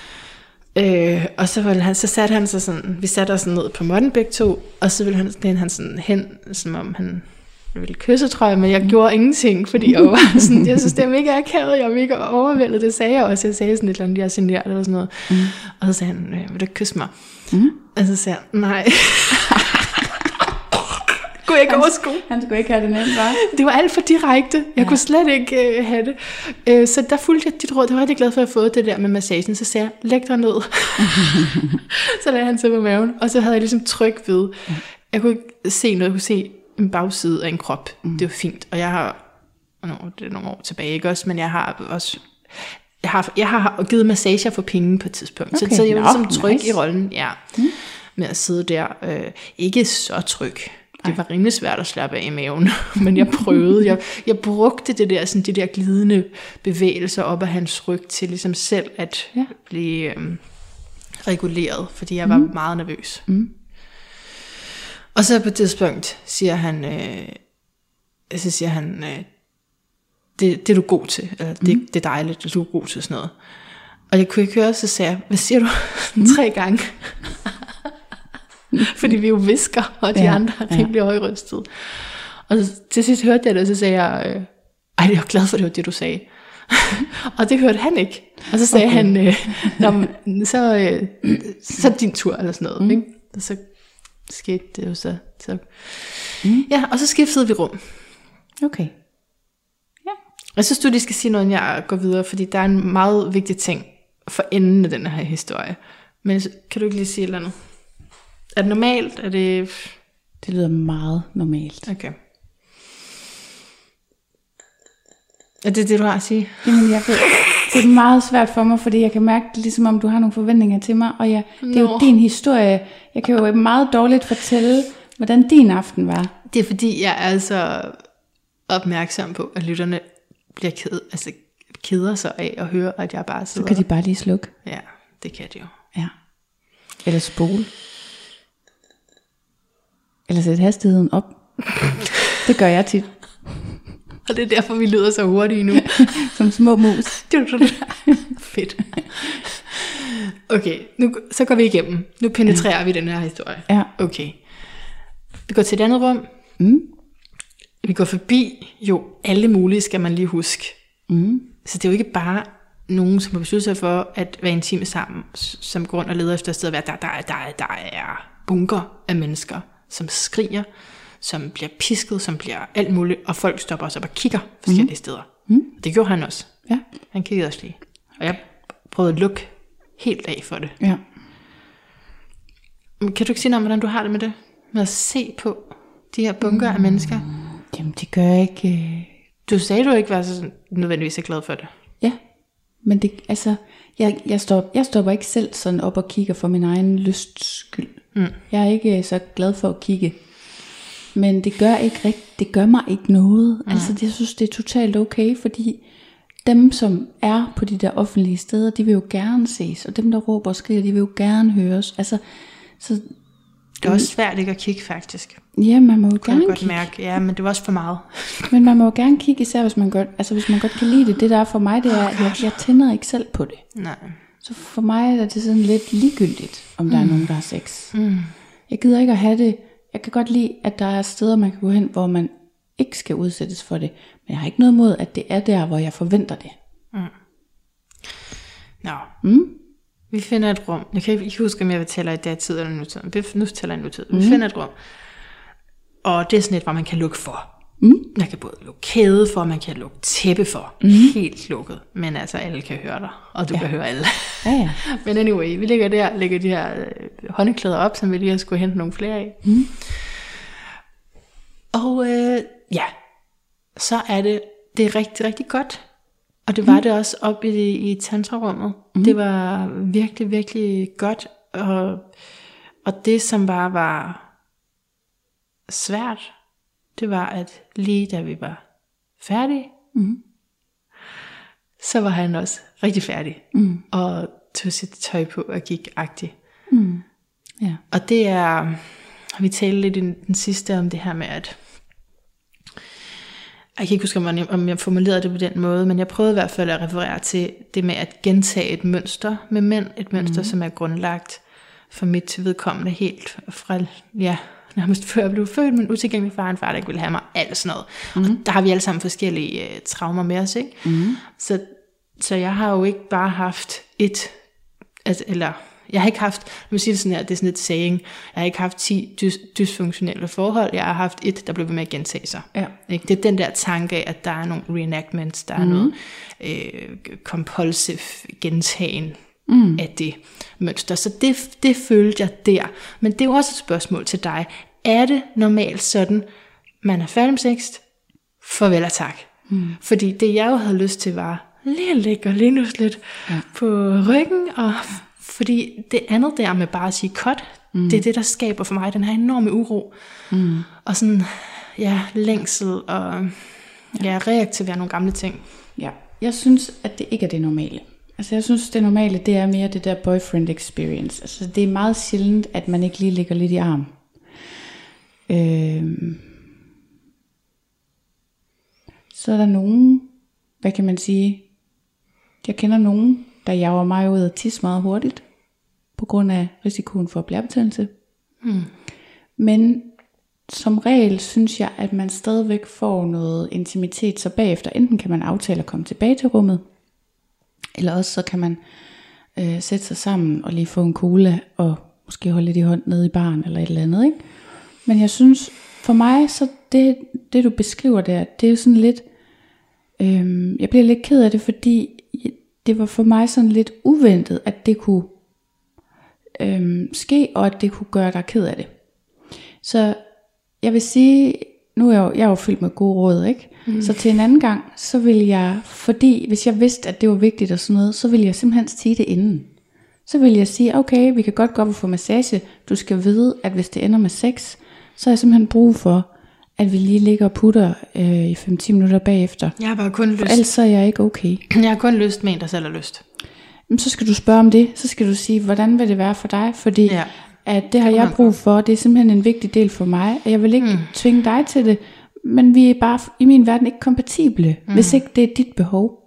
Øh, og så, ville han, så satte han sig sådan, vi satte os ned på Morten begge to, og så ville han, han sådan hen, som om han jeg ville kysse, tror jeg, men jeg gjorde ingenting, fordi jeg var sådan, jeg synes, det er mega akavet, jeg er mega overvældet, det sagde jeg også, jeg sagde sådan et eller andet, jeg er generet eller sådan noget, mm. og så sagde han, vil du ikke kysse mig? Mm. Og så sagde han, nej. Kunne jeg ikke overskue. Han skulle ikke have det nemt, var? Det var alt for direkte. Jeg ja. kunne slet ikke uh, have det. Uh, så der fulgte jeg dit råd. Jeg var rigtig glad for at have fået det der med massagen. Så sagde jeg, læg dig ned. Så lagde han sig på maven. Og så havde jeg ligesom tryk ved. Jeg kunne ikke se noget. Jeg kunne se en bagside af en krop. Mm. Det var fint. Og jeg har, nå, det er nogle år tilbage, ikke også? Men jeg har også... Jeg har, jeg har givet massager for penge på et tidspunkt. Okay. Så, så jeg var ligesom tryg nice. i rollen. Ja. Mm. Med at sidde der. Uh, ikke så tryg. Det var rimelig svært at slappe af i maven, men jeg prøvede. Jeg, jeg brugte det der, sådan, de der glidende bevægelser op af hans ryg til ligesom selv at ja. blive øhm, reguleret, fordi jeg var mm. meget nervøs. Mm. Og så på et tidspunkt siger han, øh, så siger han, øh, det, det er du god til, eller det, mm. det er dejligt, at du er god til sådan noget. Og jeg kunne ikke høre, så sagde jeg, hvad siger du? Mm. Tre gange. Fordi vi jo visker, og de ja, andre er rimelig ja. højrøstede. Og så, til sidst hørte jeg det, og så sagde jeg, øh, ej, jeg er glad for, det var det, du sagde. Og det hørte han ikke. Og så sagde okay. han, øh, så, øh, så din tur, eller sådan noget. Mm. Ikke? Og så skete det jo så. så. Mm. Ja, og så skiftede vi rum. Okay. Ja. Jeg synes, du lige skal sige noget, inden jeg går videre, fordi der er en meget vigtig ting for enden af den her historie. Men kan du ikke lige sige et eller andet? Er det normalt? Er det... Det lyder meget normalt. Okay. Er det det, du har at sige? Jamen, jeg ved, det er meget svært for mig, fordi jeg kan mærke det, ligesom om du har nogle forventninger til mig, og jeg, det er jo din historie. Jeg kan jo meget dårligt fortælle, hvordan din aften var. Det er fordi, jeg er altså opmærksom på, at lytterne bliver ked, altså, keder sig af at høre, at jeg bare sidder. Så kan de bare lige slukke. Ja, det kan de jo. Ja. Eller spole. Eller sætte hastigheden op. Det gør jeg tit. Og det er derfor, vi lyder så hurtige nu. Som små mus. Fedt. Okay, nu, så går vi igennem. Nu penetrerer ja. vi den her historie. Ja. Okay. Vi går til et andet rum. Mm. Vi går forbi, jo, alle mulige skal man lige huske. Mm. Så det er jo ikke bare nogen, som har besluttet sig for at være intime sammen, som går rundt og leder efter et sted at være. Der, der, der, der er bunker af mennesker, som skriger, som bliver pisket, som bliver alt muligt, og folk stopper også op og kigger forskellige mm. steder. Mm. Det gjorde han også. Ja. Han kiggede også lige. Og jeg prøvede at lukke helt af for det. Ja. Kan du ikke sige noget om, hvordan du har det med det? Med at se på de her bunker mm. af mennesker? Jamen, det gør jeg ikke. Du sagde, du ikke var så nødvendigvis så glad for det. Ja, men det, altså, jeg, jeg, stopper, jeg stopper ikke selv sådan op og kigger for min egen lysts skyld. Mm. Jeg er ikke så glad for at kigge. Men det gør ikke rigtigt, det gør mig ikke noget. Mm. Altså, jeg synes, det er totalt okay, fordi dem, som er på de der offentlige steder, de vil jo gerne ses, og dem, der råber og skriger, de vil jo gerne høres. Altså, så det er også svært ikke at kigge, faktisk. Ja, man må jo kan gerne godt kigge. Mærke. Ja, men det var også for meget. Men man må jo gerne kigge, især hvis man godt, altså hvis man godt kan lide det. Det der er for mig, det er, at jeg, jeg tænder ikke selv på det. Nej. Så for mig er det sådan lidt ligegyldigt, om der mm. er nogen, der har sex. Mm. Jeg gider ikke at have det. Jeg kan godt lide, at der er steder, man kan gå hen, hvor man ikke skal udsættes for det. Men jeg har ikke noget mod, at det er der, hvor jeg forventer det. Mm. Nå. Mm? Vi finder et rum. Jeg kan ikke huske, om jeg vil tælle i datid eller nutid. Nu tæller jeg nutid. Vi mm. finder et rum. Og det er sådan et, hvor man kan lukke for. Mm. Man kan både lukke kæde for, man kan lukke tæppe for. Mm. Helt lukket. Men altså, alle kan høre dig. Og du ja. kan høre alle. Ja, ja. Men anyway, vi lægger der, lægger de her øh, håndklæder op, som vi lige har skulle hente nogle flere af. Mm. Og øh, ja, så er det, det er rigtig, rigtig godt. Og det var mm. det også oppe i, i tantrarummet. Mm. Det var virkelig, virkelig godt. Og, og det, som bare var svært, det var, at lige da vi var færdige, mm. så var han også rigtig færdig. Mm. Og tog sit tøj på og gik agtigt. Mm. Ja. Og det er, vi talte lidt i den sidste om det her med, at jeg kan ikke huske, om jeg formulerede det på den måde, men jeg prøvede i hvert fald at referere til det med at gentage et mønster med mænd. Et mønster, mm. som er grundlagt for mit vedkommende helt fra ja, nærmest før jeg blev født, men utilgængelig far, en far, der ikke ville have mig, alt sådan noget. Mm. Og der har vi alle sammen forskellige øh, traumer med os, ikke? Mm. Så, så jeg har jo ikke bare haft et, altså, eller jeg har ikke haft, nu vil sige det sådan her, det er sådan et saying, jeg har ikke haft ti dys- dysfunktionelle forhold, jeg har haft et, der blev ved med at gentage sig. Ja. Ikke? Det er den der tanke af, at der er nogle reenactments, der er mm. noget øh, compulsive gentagen mm. af det mønster. Så det, det følte jeg der. Men det er jo også et spørgsmål til dig. Er det normalt sådan, man er færdig med sex, farvel og tak? Mm. Fordi det jeg jo havde lyst til var lige at ligge og linus lidt ja. på ryggen, og fordi det andet der med bare at sige cut, mm. det er det, der skaber for mig den her enorme uro. Mm. Og sådan, ja, længsel og ja, reaktivere nogle gamle ting. Ja, jeg synes, at det ikke er det normale. Altså jeg synes, det normale, det er mere det der boyfriend experience. Altså det er meget sjældent, at man ikke lige ligger lidt i arm. Øhm. Så er der nogen, hvad kan man sige, jeg kender nogen, der jager mig ud og tisse meget hurtigt, på grund af risikoen for blærebetændelse. Hmm. Men som regel synes jeg, at man stadigvæk får noget intimitet, så bagefter enten kan man aftale at komme tilbage til rummet, eller også så kan man øh, sætte sig sammen og lige få en cola, og måske holde lidt i hånd nede i baren, eller et eller andet, ikke? Men jeg synes, for mig, så det, det du beskriver der, det er jo sådan lidt, øh, jeg bliver lidt ked af det, fordi det var for mig sådan lidt uventet, at det kunne øhm, ske, og at det kunne gøre dig ked af det. Så jeg vil sige, nu er jeg jo, jeg er jo fyldt med gode råd, ikke? Mm. Så til en anden gang, så vil jeg, fordi hvis jeg vidste, at det var vigtigt og sådan noget, så vil jeg simpelthen sige det inden. Så vil jeg sige, okay, vi kan godt gå op og få massage. Du skal vide, at hvis det ender med sex, så har jeg simpelthen brug for, at vi lige ligger og putter øh, i fem til ti minutter bagefter. Jeg har bare kun lyst. For ellers så er jeg ikke okay. Jeg har kun lyst med en, der selv har lyst. Men så skal du spørge om det. Så skal du sige, hvordan vil det være for dig? Fordi ja. at det har jeg brug for. Det er simpelthen en vigtig del for mig. Jeg vil ikke mm. tvinge dig til det. Men vi er bare i min verden ikke kompatible, mm. hvis ikke det er dit behov.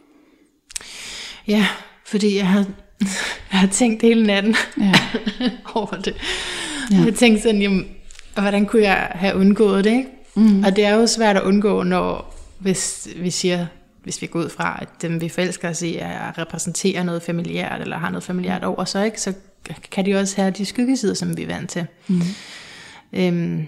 Ja, fordi jeg har, jeg har tænkt hele natten ja. over det. Ja. Jeg har tænkt sådan, jamen, hvordan kunne jeg have undgået det, ikke? Mm. Og det er jo svært at undgå, når hvis vi siger, hvis vi går ud fra, at dem vi forelsker os i er, repræsenterer noget familiært, eller har noget familiært over sig, ikke? Så kan de også have de skyggesider, som vi er vant til. Mm. Øhm,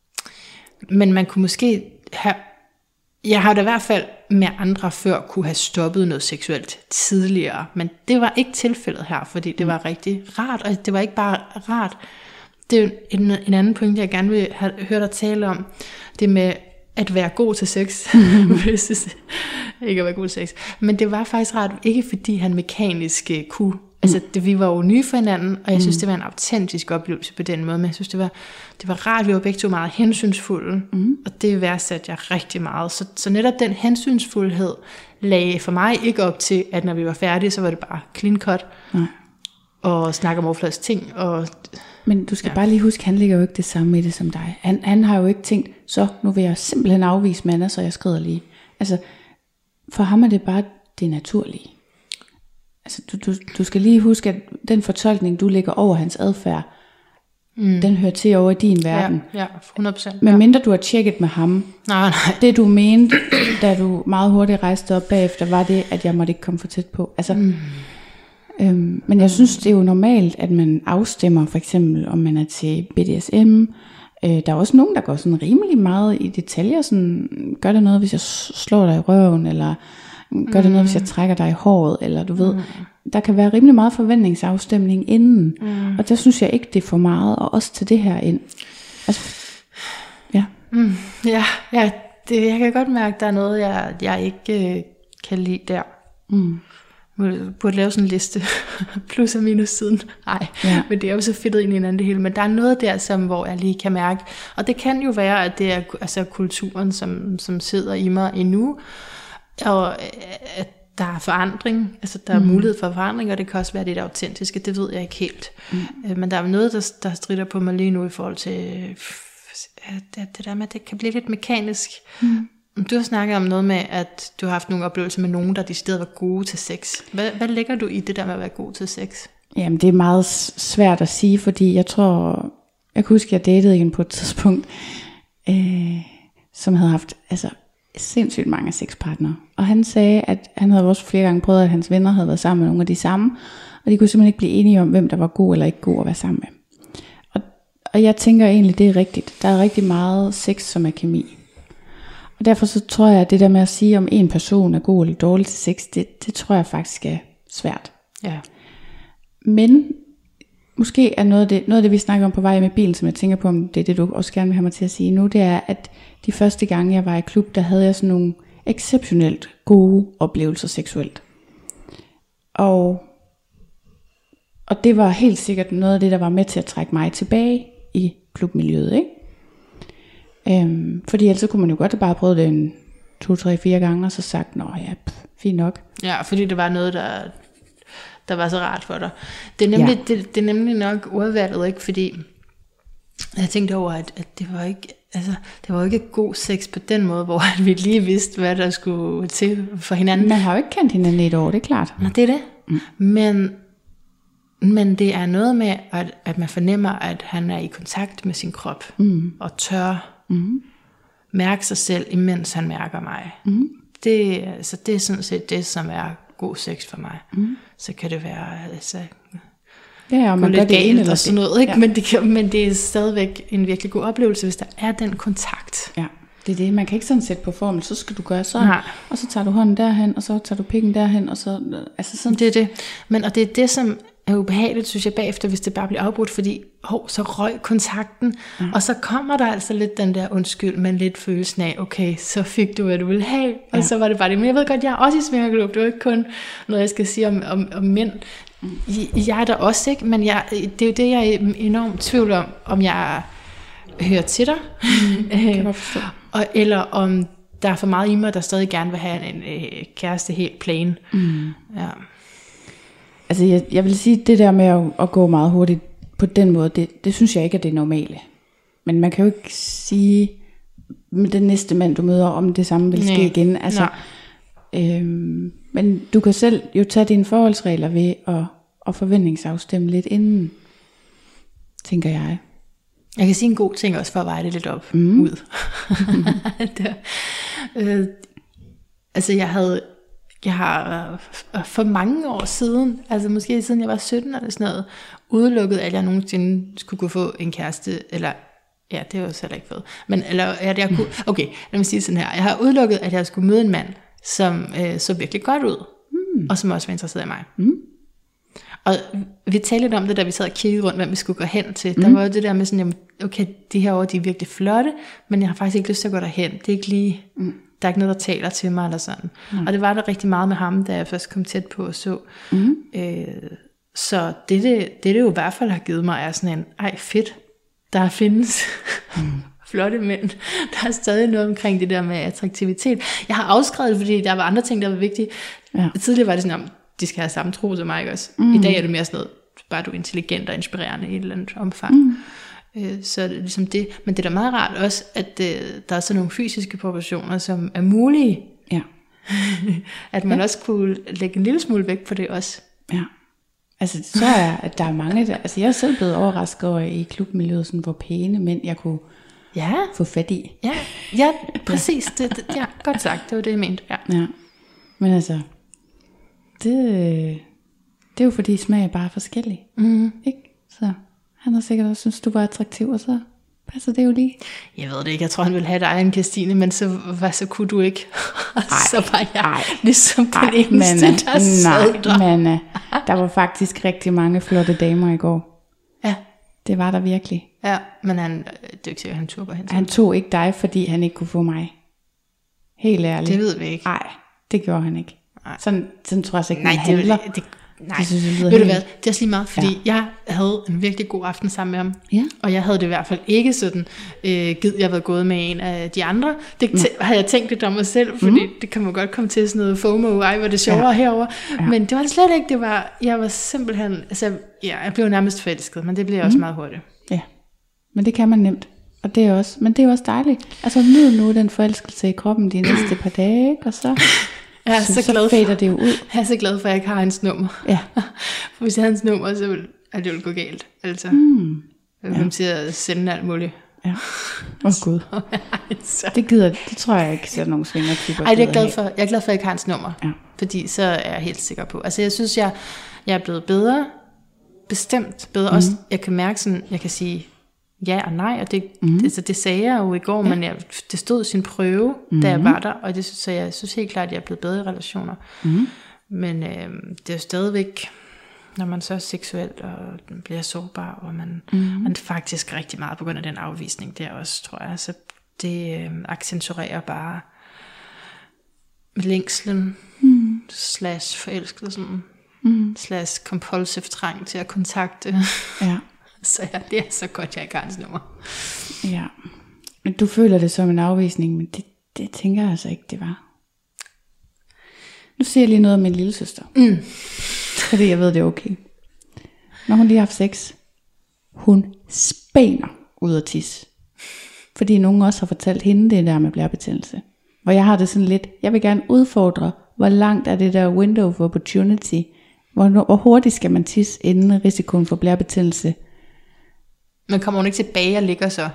men man kunne måske have, jeg har da i hvert fald med andre før kunne have stoppet noget seksuelt tidligere, men det var ikke tilfældet her, fordi det var rigtig rart, og det var ikke bare rart. Det er jo en, en anden point, jeg gerne vil have hørt dig tale om, det med at være god til sex, ikke at være god til sex, men det var faktisk rart, ikke fordi han mekanisk kunne, mm. altså det, vi var jo nye for hinanden, og jeg synes, det var en autentisk oplevelse på den måde, men jeg synes, det var, det var rart, vi var begge to meget hensynsfulde, mm. og det værdsatte jeg rigtig meget, så, så netop den hensynsfuldhed lagde for mig ikke op til, at når vi var færdige, så var det bare clean cut, mm. og snakke om overfladiske ting, og men du skal ja. bare lige huske, han ligger jo ikke det samme i det som dig. Han, han har jo ikke tænkt, så nu vil jeg simpelthen afvise manden, så jeg skrider lige. Altså, for ham er det bare det naturlige. Altså, du, du, du skal lige huske, at den fortolkning, du lægger over hans adfærd, mm. den hører til over i din verden. Ja, ja hundrede procent. Men mindre du har tjekket med ham, nej, nej. det du mente, da du meget hurtigt rejste op bagefter, var det, at jeg måtte ikke komme for tæt på. Altså, mm. Øhm, men jeg synes, det er jo normalt, at man afstemmer, for eksempel, om man er til B D S M. Øh, der er også nogen, der går sådan rimelig meget i detaljer. Sådan, gør det noget, hvis jeg slår dig i røven, eller gør det noget, hvis jeg trækker dig i håret, eller du ved. Der kan være rimelig meget forventningsafstemning inden. Mm. Og der synes jeg ikke, det er for meget, og også til det her ind. Altså, ja. Mm, ja, ja det, jeg kan godt mærke, at der er noget, jeg, jeg ikke øh, kan lide der. Mm. Jeg burde lave sådan en liste, plus og minus siden. Nej, ja. Men det er jo så fedtet ind i hinanden det hele. Men der er noget der, som, hvor jeg lige kan mærke, og det kan jo være, at det er altså kulturen, som, som sidder i mig endnu, og at der er forandring, altså der er mm. mulighed for forandring, og det kan også være det autentiske, det ved jeg ikke helt. Mm. Men der er noget, der, der stritter på mig lige nu i forhold til at det der med, at det kan blive lidt mekanisk. Mm. Du har snakket om noget med, at du har haft nogle oplevelser med nogen, der de steder var gode til sex. Hvad, hvad lægger du i det der med at være god til sex? Jamen det er meget svært at sige, fordi jeg tror, jeg kan huske, jeg datede en på et tidspunkt, øh, som havde haft altså, sindssygt mange sexpartnere. Og han sagde, at han havde også flere gange prøvet, at hans venner havde været sammen med nogle af de samme, og de kunne simpelthen ikke blive enige om, hvem der var god eller ikke god at være sammen med. Og, og jeg tænker egentlig, det er rigtigt. Der er rigtig meget sex, som er kemi. Og derfor så tror jeg, at det der med at sige, om en person er god eller dårlig til sex, det, det tror jeg faktisk er svært. Ja. Men måske er noget af, det, noget af det, vi snakker om på vej med bilen, som jeg tænker på, om det er det, du også gerne vil have mig til at sige nu, det er, at de første gange, jeg var i klub, der havde jeg sådan nogle exceptionelt gode oplevelser seksuelt. Og, og det var helt sikkert noget af det, der var med til at trække mig tilbage i klubmiljøet, ikke? Øhm, fordi ellers så kunne man jo godt have bare prøvet det en to, tre, fire gange, og så sagt, nå ja, pff, fint nok. Ja, fordi det var noget, der... der var så rart for dig. Det er nemlig, ja. det, det er nemlig nok ordvalget, ikke? Fordi jeg tænkte over, at, at det var ikke, altså, det var ikke god sex på den måde, hvor vi lige vidste, hvad der skulle til for hinanden. Man har jo ikke kendt hinanden i et år, det er klart. Nå, det er det. Mm. Men, men det er noget med, at, at man fornemmer, at han er i kontakt med sin krop, mm. og tør mm. mærke sig selv, imens han mærker mig. Mm. Det, altså, det er sådan set det, som er god sex for mig. Mm. Så kan det være altså, ja, og man lidt gør det galt og sådan noget, ikke? Ja. Men, det kan, men det er stadigvæk en virkelig god oplevelse, hvis der er den kontakt. Ja, det er det. Man kan ikke sådan sætte på formel, så skal du gøre sådan, Nej. og så tager du hånden derhen, og så tager du pikken derhen, og så, altså sådan. Det er det. Men, og det er det, som er ubehageligt, synes jeg, bagefter, hvis det bare bliver afbrudt, fordi hov, så røg kontakten, ja. Og så kommer der altså lidt den der undskyld, men lidt følelsen af, okay, så fik du, hvad du ville have, og ja. Så var det bare det. Men jeg ved godt, jeg er også i svingerklub, det er jo ikke kun noget, jeg skal sige om, om, om mænd. Jeg er der også, ikke? Men jeg, det er jo det, jeg er enormt tvivl om, om jeg hører til dig, mm, kan jeg forstå. Og, eller om der er for meget i mig, der stadig gerne vil have en, en, en kæreste helt plain. Mm. Ja. Altså jeg, jeg vil sige, det der med at, at gå meget hurtigt på den måde, det, det synes jeg ikke er det normale. Men man kan jo ikke sige med den næste mand, du møder, om det samme vil ske Nej. igen. Altså, øhm, men du kan selv jo tage dine forholdsregler ved at, at forventningsafstemme lidt inden, tænker jeg. Jeg kan sige en god ting også for at veje det lidt op mm. ud. det, øh, altså jeg havde Jeg har for mange år siden, altså måske siden jeg var sytten eller sådan noget, udelukket, at jeg nogensinde skulle kunne få en kæreste, eller, ja, det var jo selv ikke fået, men, eller, at jeg kunne, okay, lad mig sige sådan her, jeg har udelukket, at jeg skulle møde en mand, som øh, så virkelig godt ud, mm. og som også var interesseret i mig. Mm. Og vi talte lidt om det, da vi sad og kiggede rundt, hvem vi skulle gå hen til. Mm. Der var jo det der med sådan, okay, de her år, de er virkelig flotte, men jeg har faktisk ikke lyst til at gå derhen. Det er ikke lige... Mm. Der er ikke noget, der taler til mig, eller sådan. Mm. Og det var der rigtig meget med ham, da jeg først kom tæt på og så. Mm. Øh, så det, det, det, det jo i hvert fald har givet mig, er sådan en, ej fedt, der findes mm. flotte mænd. Der er stadig noget omkring det der med attraktivitet. Jeg har afskrevet det, fordi der var andre ting, der var vigtige. Ja. Tidligere var det sådan, om de skal have samme tro som mig, ikke også? Mm. I dag er det mere sådan noget, bare du er intelligent og inspirerende i et eller andet omfang. Mm. Så er det ligesom det. Men det er da meget rart også, at øh, der er sådan nogle fysiske proportioner, som er mulige. Ja. At man ja. også kunne lægge en lille smule vægt på det også. Ja. Altså så er at der er mange, der, altså jeg er selv blevet overrasket over i klubmiljøet, sådan, hvor pæne mænd jeg kunne ja. få fat i. Ja, ja præcis. Det, det, ja, godt sagt, det var det jeg mente. Ja. Ja. Men altså, det, det er jo fordi smag er bare forskellig. Mm. Ikke? Så... Han har sikkert også synes du var attraktiv, og så passer det jo lige. Jeg ved det ikke, jeg tror han ville have dig en Kirstine, men så, hvad, så kunne du ikke. Ej, så var jeg ej, ligesom den ej, eneste, manna, der sad der. Nej, manna. Der var faktisk rigtig mange flotte damer i går. Ja. Det var der virkelig. Ja, men han, det er ikke sikkert, han tog på hende. Han tog ikke dig, fordi han ikke kunne få mig. Helt ærligt. Det ved vi ikke. Nej, det gjorde han ikke. Sådan, sådan tror jeg så ikke, Nej, han handler. Det, det, Nej, det synes jeg, ved du hvad, det er også lige meget, fordi ja. jeg havde en virkelig god aften sammen med ham, ja. Og jeg havde det i hvert fald ikke sådan, øh, givet jeg var gået med en af de andre, det t- havde jeg tænkt lidt om mig selv, fordi mm. det kan man godt komme til sådan noget FOMO, ej hvor det sjovere ja. herover, ja. Men det var det slet ikke, det var, jeg var simpelthen, altså ja, jeg blev nærmest forelsket, men det blev mm. også meget hurtigt. Ja, men det kan man nemt, og det er også, men det er også dejligt, altså nyd nu den forelskelse i kroppen de næste par dage, ikke? Og så... Jeg er så, så glad for, det jo ud. Jeg er så glad for, at jeg ikke har hans nummer. Ja. For hvis jeg har hans nummer, så vil, er det jo gå galt. Altså. Mm. Jeg kommer til at sende alt muligt. Ja. Åh oh, gud. Det gider, det tror jeg ikke, at nogen svingertyper. Ej, det er jeg glad for. Jeg er glad for, at jeg ikke har hans nummer. Ja. Fordi så er jeg helt sikker på. Altså jeg synes, jeg, jeg er blevet bedre. Bestemt bedre. Mm. Også, jeg kan mærke sådan, jeg kan sige ja og nej. Og det, mm. altså, det sagde jeg jo i går, ja. Men jeg, det stod sin prøve, mm. da jeg var der. Og det, så jeg synes helt klart, at jeg er blevet bedre i relationer. Mm. Men øh, det er jo stadigvæk, når man så er seksuelt og bliver sårbar, og man, mm. man faktisk rigtig meget på grund af den afvisning der også, tror jeg. Så det øh, accentuerer bare længslen, mm. slash forelskelsen, mm. slash compulsive trang til at kontakte. Ja. Så ja, det er så godt, jeg ikke har hans nummer. Ja, men du føler det som en afvisning, men det, det tænker jeg altså ikke, det var. Nu siger jeg lige noget om min lille søster. Mm. Fordi jeg ved, det er okay. Når hun lige har haft sex, hun spæner ud af tis. Fordi nogen også har fortalt hende det der med blærebetændelse. Hvor jeg har det sådan lidt, jeg vil gerne udfordre, hvor langt er det der window of opportunity. Hvor, hvor hurtigt skal man tisse, inden risikoen for blærebetændelse. Men kommer hun ikke tilbage og ligger så?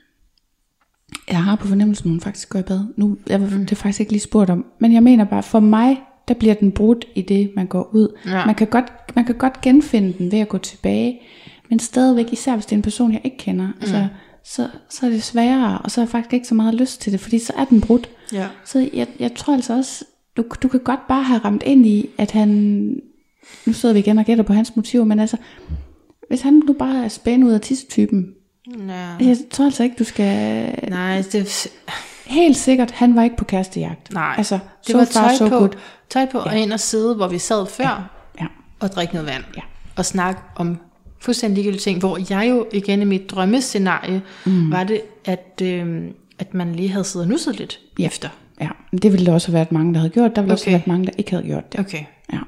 Jeg har på fornemmelsen, hun faktisk går i bad. Nu jeg, det er faktisk ikke lige spurgt om. Men jeg mener bare, for mig, der bliver den brudt i det, man går ud. Ja. Man, kan godt, man kan godt genfinde den ved at gå tilbage. Men stadigvæk, især hvis det er en person, jeg ikke kender, mm. altså, så, så er det sværere. Og så har jeg faktisk ikke så meget lyst til det, fordi så er den brudt. Ja. Så jeg, jeg tror altså også, du, du kan godt bare have ramt ind i, at han... Nu sidder vi igen og gætter på hans motiver, men altså... Hvis han nu bare er spændende ud af tissetypen, ja. Jeg tror altså ikke, du skal... Nej, det... Helt sikkert, han var ikke på kærestejagt. Nej, altså, det var tøj far, på, tøj på ja. Og ind og sidde, hvor vi sad før, ja. Ja. Og drikke noget vand. Ja. Og snakke om fuldstændig ligegyldige ting, hvor jeg jo igen i mit drømmescenarie, mm. var det, at, øh, at man lige havde siddet og nusset lidt ja. Efter. Ja, det ville der også have været mange, der havde gjort. Der ville okay. også have været mange, der ikke havde gjort det. Okay. Ja.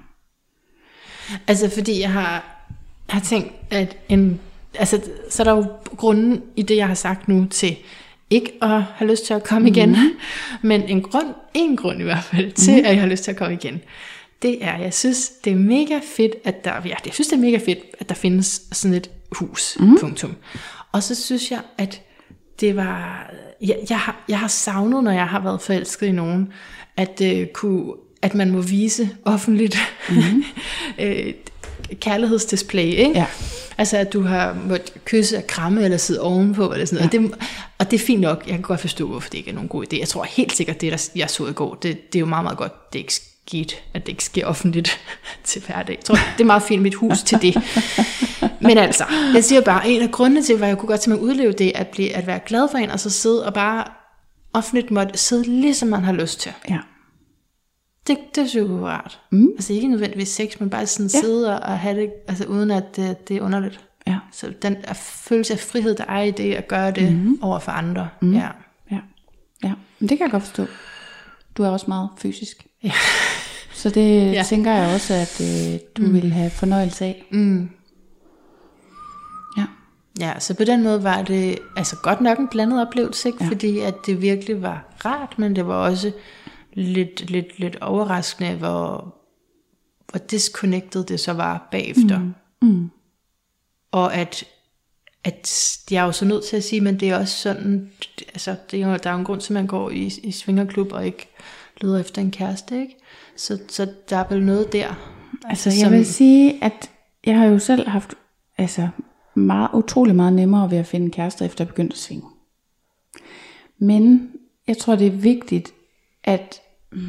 Altså, fordi jeg har... Jeg har tænkt, at en, altså, så er der jo grunden i det, jeg har sagt nu, til ikke at have lyst til at komme mm-hmm. igen, men en grund, en grund i hvert fald, til mm-hmm. at jeg har lyst til at komme igen, det er, jeg synes, det er mega fedt, at der, ja, jeg synes, det er mega fedt, at der findes sådan et hus, mm-hmm. punktum. Og så synes jeg, at det var, jeg, jeg, har, jeg har savnet, når jeg har været forelsket i nogen, at, øh, kunne, at man må vise offentligt, mm-hmm. øh, kærlighedsdisplay, ikke? Ja. Altså at du har måttet kysse og kramme eller sidde ovenpå eller sådan noget. Ja. Og, det, og det er fint nok. Jeg kan godt forstå, hvorfor det ikke er nogen god idé. Jeg tror helt sikkert, det der jeg så i går, det, det er jo meget, meget godt, det ikke skidt, at det ikke sker offentligt til hverdag. Jeg tror, det er meget fint mit hus til det. Men altså, jeg siger bare, en af grundene til, hvad jeg kunne godt til at udleve det, at, blive, at være glad for en, og så sidde og bare offentligt måtte sidde lige som man har lyst til. Ja. Det, det synes jeg er rart. Mm. Altså ikke nødvendigvis sex, men bare sådan ja. Sidde og have det, altså uden at det, det er underligt. Ja. Så den følelse af frihed, der er i det, at gøre det mm. over for andre. Mm. Ja. Ja. Ja, men det kan jeg godt forstå. Du er også meget fysisk. Ja. Så det ja. Tænker jeg også, at øh, du mm. vil have fornøjelse af. Mm. Ja. Ja, så på den måde var det altså godt nok en blandet oplevelse, ikke? Ja. Fordi at det virkelig var rart, men det var også lidt, lidt, lidt overraskende, hvor, hvor disconnected det så var bagefter. Mm. Mm. Og at, at jeg er jo så nødt til at sige, men det er også sådan, altså det er jo, der er jo en grund til, at man går i, i svingerklub og ikke leder efter en kæreste, ikke? Så, så der er vel noget der. Altså, altså jeg som, vil sige, at jeg har jo selv haft altså, meget, utrolig meget nemmere ved at finde kærester, efter at begynde at svinge. Men jeg tror, det er vigtigt, at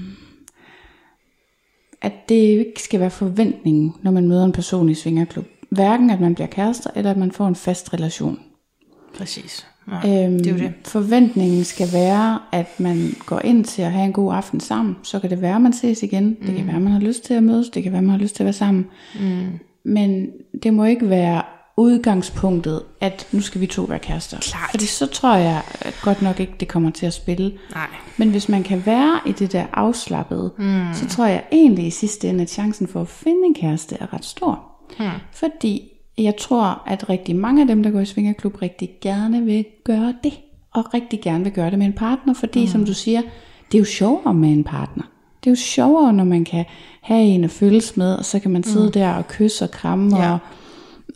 at det ikke skal være forventningen, når man møder en person i svingerklub. Hverken at man bliver kærester, eller at man får en fast relation. Præcis. Ja, øhm, det er jo det. Forventningen skal være, at man går ind til at have en god aften sammen. Så kan det være, at man ses igen. Mm. Det kan være, at man har lyst til at mødes. Det kan være, at man har lyst til at være sammen. Mm. Men det må ikke være udgangspunktet, at nu skal vi to være kærester. Klart. Fordi så tror jeg godt nok ikke, det kommer til at spille. Nej. Men hvis man kan være i det der afslappede, mm. så tror jeg egentlig i sidste ende, at chancen for at finde en kæreste er ret stor. Mm. Fordi jeg tror, at rigtig mange af dem, der går i svingerklub, rigtig gerne vil gøre det. Og rigtig gerne vil gøre det med en partner. Fordi mm. som du siger, det er jo sjovere med en partner. Det er jo sjovere, når man kan have en at føles med, og så kan man sidde mm. der og kysse og kramme ja. og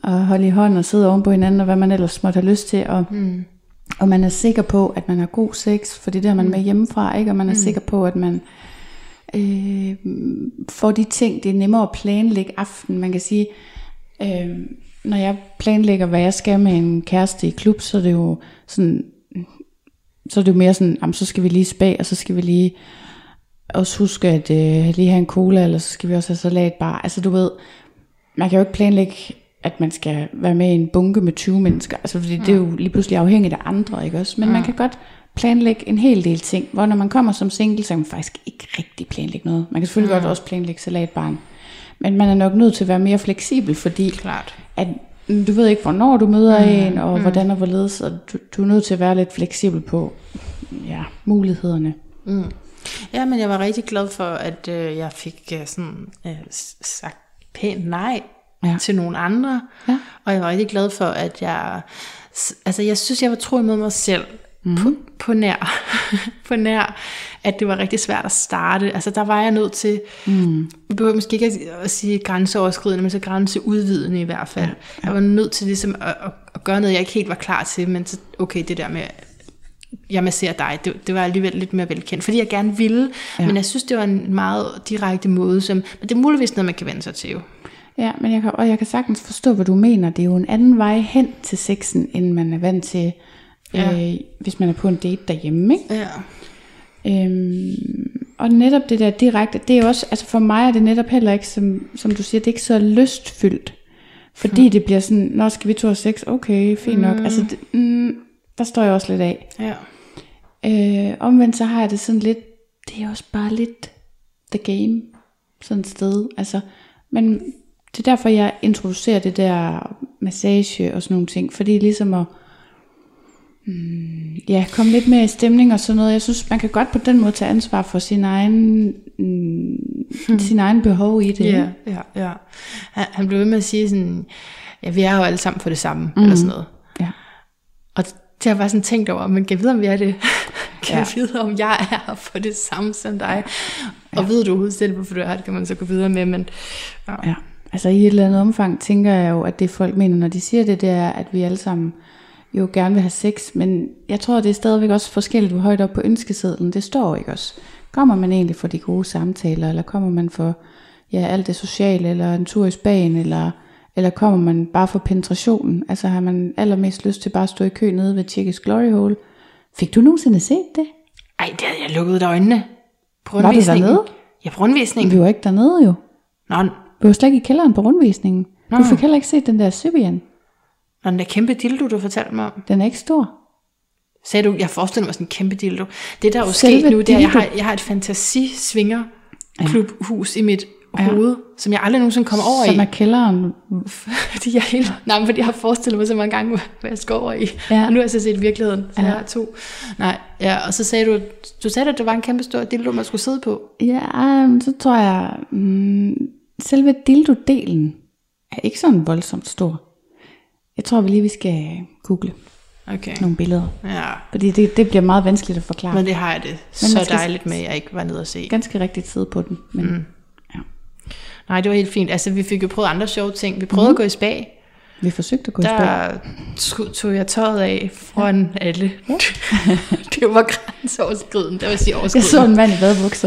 og holde i hånd og sidde oven på hinanden, og hvad man ellers måtte have lyst til, og, mm. og man er sikker på, at man har god sex, for det der man mm. med hjemmefra, ikke? Og man er mm. sikker på, at man øh, får de ting, det er nemmere at planlægge aften. Man kan sige, øh, når jeg planlægger, hvad jeg skal med en kæreste i klub, så er det jo sådan, så er det jo mere sådan, jamen, så skal vi lige spa, og så skal vi lige også huske at øh, lige have en cola, eller så skal vi også have salatbar. Altså du ved, man kan jo ikke planlægge, at man skal være med i en bunke med tyve mennesker, altså fordi mm. det er jo lige pludselig afhængigt af andre, ikke også? Men mm. man kan godt planlægge en hel del ting, hvor når man kommer som single, så kan man faktisk ikke rigtig planlægge noget. Man kan selvfølgelig mm. godt også planlægge salatbaren, men man er nok nødt til at være mere fleksibel, fordi Klart. at du ved ikke, hvornår du møder mm. en, og mm. hvordan og hvorledes, og du, du er nødt til at være lidt fleksibel på ja, mulighederne. Mm. Ja, men jeg var rigtig glad for, at øh, jeg fik øh, sådan øh, sagt pænt nej ja. til nogle andre, ja. og jeg var rigtig glad for, at jeg, altså jeg synes, jeg var tro imod mig selv, mm. på, på nær, på nær, at det var rigtig svært at starte. Altså der var jeg nødt til, mm. vi behøver måske ikke at sige grænseoverskridende, men så grænseudvidende i hvert fald. Ja. Ja. Jeg var nødt til ligesom at, at, at gøre noget, jeg ikke helt var klar til, men så, okay, det der med, jeg masserer dig, det, det var alligevel lidt mere velkendt, fordi jeg gerne ville, ja. men jeg synes, det var en meget direkte måde, som, men det er muligvis noget, man kan vende sig til jo. Ja, men jeg kan, og jeg kan sagtens forstå, hvad du mener. Det er jo en anden vej hen til sexen, end man er vant til, ja. øh, hvis man er på en date derhjemme, ikke? Ja. Øhm, og netop det der direkte, det er også, altså for mig er det netop heller ikke, som, som du siger, det er ikke så lystfyldt, fordi hmm. det bliver sådan, nå, skal vi to have sex? Okay, fint nok. Mm. Altså, det, mm, der står jeg også lidt af. Ja. Øh, omvendt så har jeg det sådan lidt, det er også bare lidt the game, sådan et sted. Altså, men det er derfor, jeg introducerer det der massage og sådan nogle ting, fordi ligesom at mm, ja, komme lidt mere i stemning og sådan noget. Jeg synes, man kan godt på den måde tage ansvar for sin egen, mm, hmm. sin egen behov i det. Ja, ja, ja. Han, han blev ved med at sige sådan, ja, vi er jo alle sammen på det samme, mm. eller sådan noget. Ja. Og det har jeg bare sådan tænkt over, men kan jeg vide, om vi er det? Kan jeg ja. vide, om jeg er på det samme som dig? Ja. Og ved du overhovedet selv, hvorfor du er det, kan man så gå videre med. Men, ja. Ja. Altså i et eller andet omfang tænker jeg jo, at det folk mener, når de siger det, det er, at vi alle sammen jo gerne vil have sex. Men jeg tror, det er stadigvæk også forskelligt, hvor højt op på ønskesedlen det står, ikke også? Kommer man egentlig for de gode samtaler, eller kommer man for ja, alt det sociale, eller en tur i Spanien, eller... Eller kommer man bare for penetrationen? Altså har man allermest lyst til bare at stå i kø nede ved Tjekkisk Glory Hole? Fik du nogensinde set det? Ej, det havde jeg lukket øjnene. På var du dernede? Ja, på rundvisningen. Vi var ikke dernede jo. Nå. Vi var slet ikke i kælderen på rundvisningen. Nå. Du fik heller ikke set den der Sybian. Nå, den der kæmpe dildo, du fortalte mig om. Den er ikke stor. Sagde du, jeg forestiller mig sådan en kæmpe dildo. Det der er jo sket nu, det er, jeg har, jeg har et fantasi-svinger klubhus ja. i mit hoved, ja. som jeg aldrig nogensinde kommer over som i. Som er kælderen. Fordi jeg helt, nej, men fordi jeg har forestillet mig så mange gange, hvad jeg skal over i. Ja. Og nu har jeg så set virkeligheden, så ja. jeg har to. Nej, ja, og så sagde du, du sagde, at det var en kæmpe stor dildo, man skulle sidde på. Ja, um, så tror jeg, um, selve dildo-delen er ikke sådan voldsomt stor. Jeg tror vi lige, vi skal google okay. nogle billeder. Ja. Fordi det, det bliver meget vanskeligt at forklare. Men det har jeg det men så dejligt med, at jeg ikke var nede og se. Ganske rigtigt sidde på den, men... Mm. Nej, det var helt fint. Altså, vi fik jo prøvet andre sjove ting. Vi prøvede mm. at gå i spa. Vi forsøgte at gå i spa. Der tog jeg tøjet af foran ja. alle. Ja. Det var grænseoverskridende. Det vil sige overskridende. Jeg så en mand i badebukser.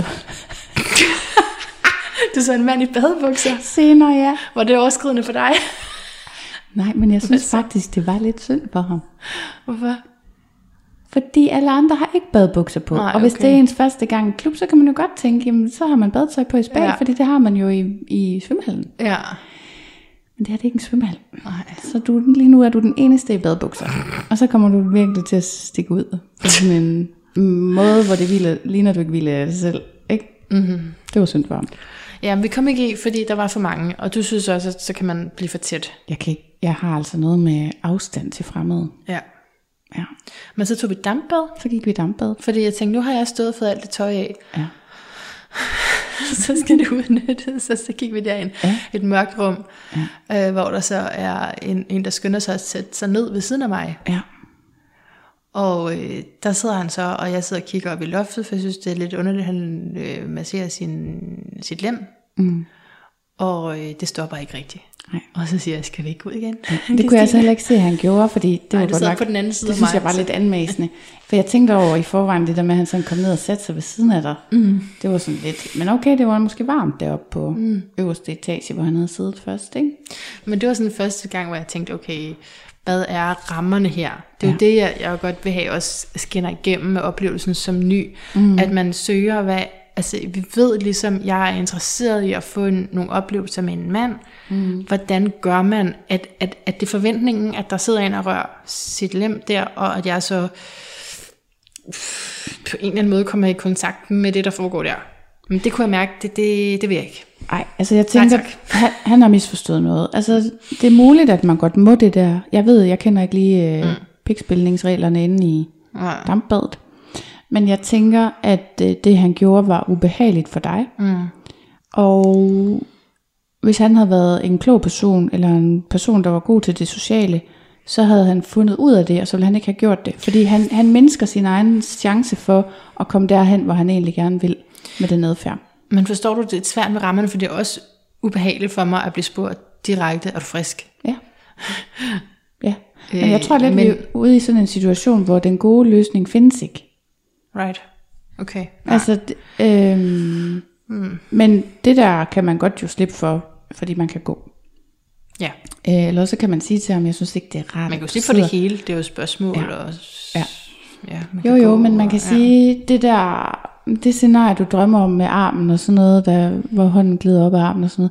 Du så en mand i badebukser? Senere, ja. Var det overskridende for dig? Nej, men jeg synes faktisk, det var lidt synd for ham. Hvorfor? Fordi alle andre har ikke badebukser på. Nej, og hvis okay. det er ens første gang i klub, så kan man jo godt tænke, jamen så har man badetøj på i spa, ja. fordi det har man jo i, i svømmehallen. Ja. Men det er det ikke en svømmehal. Nej. Så du, lige nu er du den eneste i badebukser. Og så kommer du virkelig til at stikke ud. På sådan en måde, hvor det hviler, ligner du ikke hviler af dig selv. Ikke? Mm-hmm. Det var synd for ham. Ja, men vi kom ikke i, fordi der var for mange. Og du synes også, at så kan man blive for tæt. Jeg, kan ikke, jeg har altså noget med afstand til fremmede. Ja. Ja. Men så tog vi dampbad. Så gik vi dampbad. Fordi jeg tænkte, nu har jeg stået og fået alt det tøj af. Ja. Så skal det udnyttes. Så, så gik vi derind. Ja. Et mørkt rum. Ja. Øh, hvor der så er en, en, der skynder sig at sætte sig ned ved siden af mig. Ja. Og øh, der sidder han så, og jeg sidder og kigger op i loftet, for jeg synes, det er lidt underligt, at han øh, masserer sin, sit lem. Mm. og øh, det stopper ikke rigtigt. Nej. Og så siger jeg, skal vi ikke ud igen? Det kunne jeg så heller ikke se, at han gjorde, fordi det Nej, var det godt nok, på den anden side det synes jeg var lidt anmæsende. For jeg tænkte over i forvejen det der med, at han sådan kom ned og satte sig ved siden af dig. Mm. Det var sådan lidt, men okay, det var måske varmt deroppe på mm. øverste etage, hvor han havde siddet først, ikke? Men det var sådan den første gang, hvor jeg tænkte, okay, hvad er rammerne her? Det er ja. jo det, jeg, jeg godt vil have også skinner igennem med oplevelsen som ny. Mm. At man søger, hvad... Altså, vi ved ligesom, jeg er interesseret i at få en, nogle oplevelser med en mand. Mm. Hvordan gør man, at, at, at det er forventningen, at der sidder en og rører sit lem der, og at jeg så på en eller anden måde kommer i kontakt med det, der foregår der. Men det kunne jeg mærke, det, det, det vil jeg ikke. Nej, altså jeg tænker, Nej, han, han har misforstået noget. Altså, det er muligt, at man godt må det der. Jeg ved, jeg kender ikke lige øh, mm. pikspilningsreglerne inde i ja. dampbadet. Men jeg tænker, at øh, det han gjorde var ubehageligt for dig. Mm. Og hvis han havde været en klog person, eller en person, der var god til det sociale, så havde han fundet ud af det, og så ville han ikke have gjort det. Fordi han, han mindsker sin egen chance for at komme derhen, hvor han egentlig gerne vil med den adfærd. Men forstår du, det er svært med rammerne, for det er også ubehageligt for mig at blive spurgt direkte, er du frisk? Ja. Ja. Men jeg tror lidt, men... vi er ude i sådan en situation, hvor den gode løsning findes ikke. Right. Okay. Ja. Altså, øhm, mm. men det der kan man godt jo slippe for, fordi man kan gå. Ja. Øh, eller så kan man sige til ham, jeg synes ikke, det er rart. Man kan jo slippe for det hele, det er jo et spørgsmål. Ja. Og, ja. Ja, jo jo, gå, men man kan og, sige, ja. det der, det scenarie, du drømmer om med armen og sådan noget, der, hvor hånden glider op ad armen og sådan noget.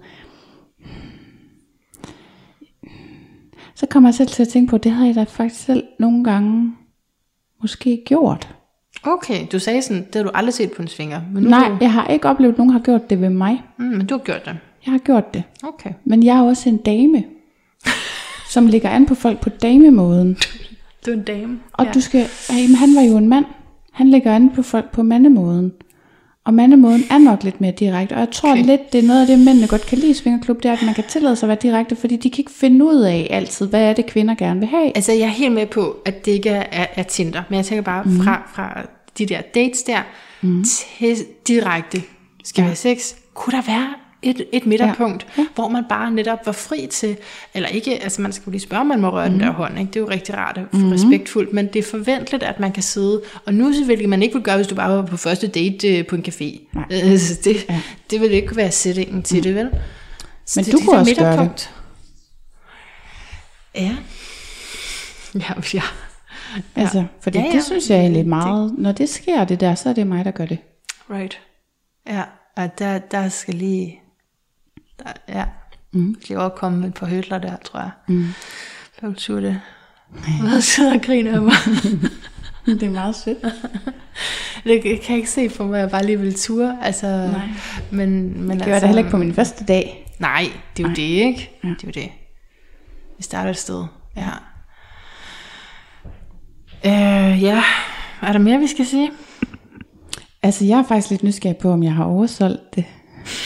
Så kommer jeg selv til at tænke på, det havde jeg da faktisk selv nogle gange måske gjort. Okay, du sagde sådan, det har du aldrig set på en svinger. Men nu Nej, du... jeg har ikke oplevet, at nogen har gjort det ved mig. Mm, men du har gjort det. Jeg har gjort det. Okay. Men jeg er også en dame, som ligger an på folk på damemåden. Du er en dame. Og ja. du skal, jamen, han var jo en mand. Han ligger an på folk på mandemåden. Og mandemåden er nok lidt mere direkte. Og jeg tror okay. lidt, det er noget af det, mændene godt kan lide i svingerklub, det er, at man kan tillade sig at være direkte, fordi de kan ikke finde ud af altid, hvad er det, kvinder gerne vil have. Altså, jeg er helt med på, at det ikke er, er Tinder, men jeg tænker bare mm. fra, fra de der dates der, mm. til direkte, skal vi ja. have sex, kunne der være et, et midterpunkt, ja. Ja. hvor man bare netop var fri til, eller ikke, altså man skal jo lige spørge, om man må røre mm. den der hånd, ikke? Det er jo rigtig rart og mm. respektfuldt, men det er forventeligt, at man kan sidde, og nu hvilket man ikke vil gøre, hvis du bare var på første date på en café. Altså, det, ja. det vil ikke være sætningen til mm. det, vel? Så men det, du det kunne også gøre det. Ja. Ja, ja. Ja. Altså, fordi ja, ja. det synes jeg egentlig meget, når det sker det der, så er det mig, der gør det. Right. Ja, og der, der skal lige, der, ja, mm. skal også komme et par høtler der, tror jeg. Mm. For at turde det. Hvad sidder og griner af mig? Det er meget sødt. Det kan jeg ikke se på mig, jeg bare lige vil ture. Altså, nej. Men, men det altså, det heller ikke på min første dag. Nej, det er jo nej. det, ikke? Ja. Det er jo det. Vi starter et sted. Ja. Øh, ja, er der mere vi skal sige? Altså jeg er faktisk lidt nysgerrig på, om jeg har oversolgt det.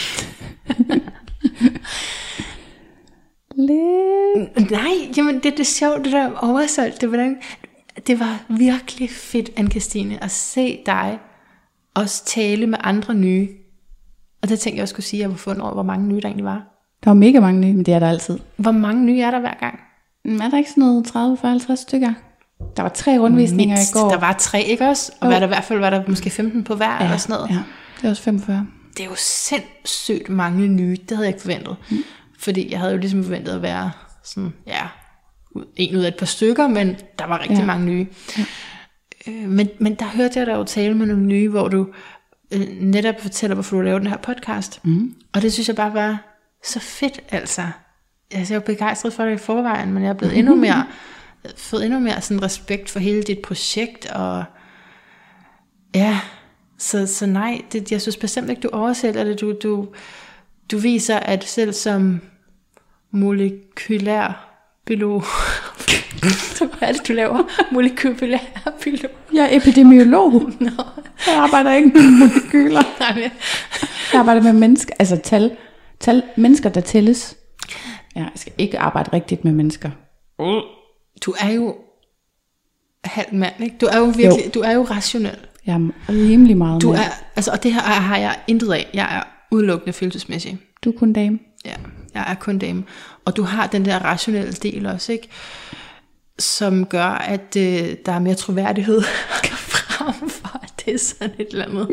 Lidt. Nej, jamen det, det er sjovt, det der oversolgt. Det, hvordan, det var virkelig fedt, Anne-Kristine, at se dig også tale med andre nye. Og det tænkte jeg også skulle sige, at jeg var fundet over, hvor mange nye der egentlig var. Der var mega mange nye, men det er der altid. Hvor mange nye er der hver gang? Er der ikke sådan noget tredive til halvtreds stykker? Der var tre rundvisninger Mindst, i går. Der var tre, ikke også? Og var der, i hvert fald var der måske femten på hver, ja, eller sådan noget. Ja, det er også femogfyrre. Det er jo sindssygt mange nye. Det havde jeg ikke forventet. Mm. Fordi jeg havde jo ligesom forventet at være sådan, ja, en ud af et par stykker, men der var rigtig ja. mange nye. Ja. Øh, men, men der hørte jeg dig jo tale med nogle nye, hvor du øh, netop fortæller, hvorfor du laver den her podcast. Mm. Og det synes jeg bare var så fedt, altså. Altså, jeg er begejstret for det i forvejen, men jeg er blevet mm. endnu mere, fået endnu mere sådan respekt for hele dit projekt, og ja, så, så nej, det, jeg synes bestemt ikke, du oversælger det. Du, du, du viser, at selv som molekylær biolog, hvad er det, du laver? Molekylær biolog. Jeg er epidemiolog. No. Jeg arbejder ikke med molekyler. Jeg arbejder med mennesker, altså tal, tal, mennesker, der tælles. Ja, jeg skal ikke arbejde rigtigt med mennesker. Du er jo halv mand, ikke? Du er jo virkelig, jo. Du er jo rationel. Jeg er rimelig meget du mand. er, altså, og det her har jeg intet af. Jeg er udelukkende følelsesmæssig. Du er kun dame. Ja, jeg er kun dame. Og du har den der rationelle del også, ikke? Som gør, at øh, der er mere troværdighed frem for, at det er sådan et eller andet.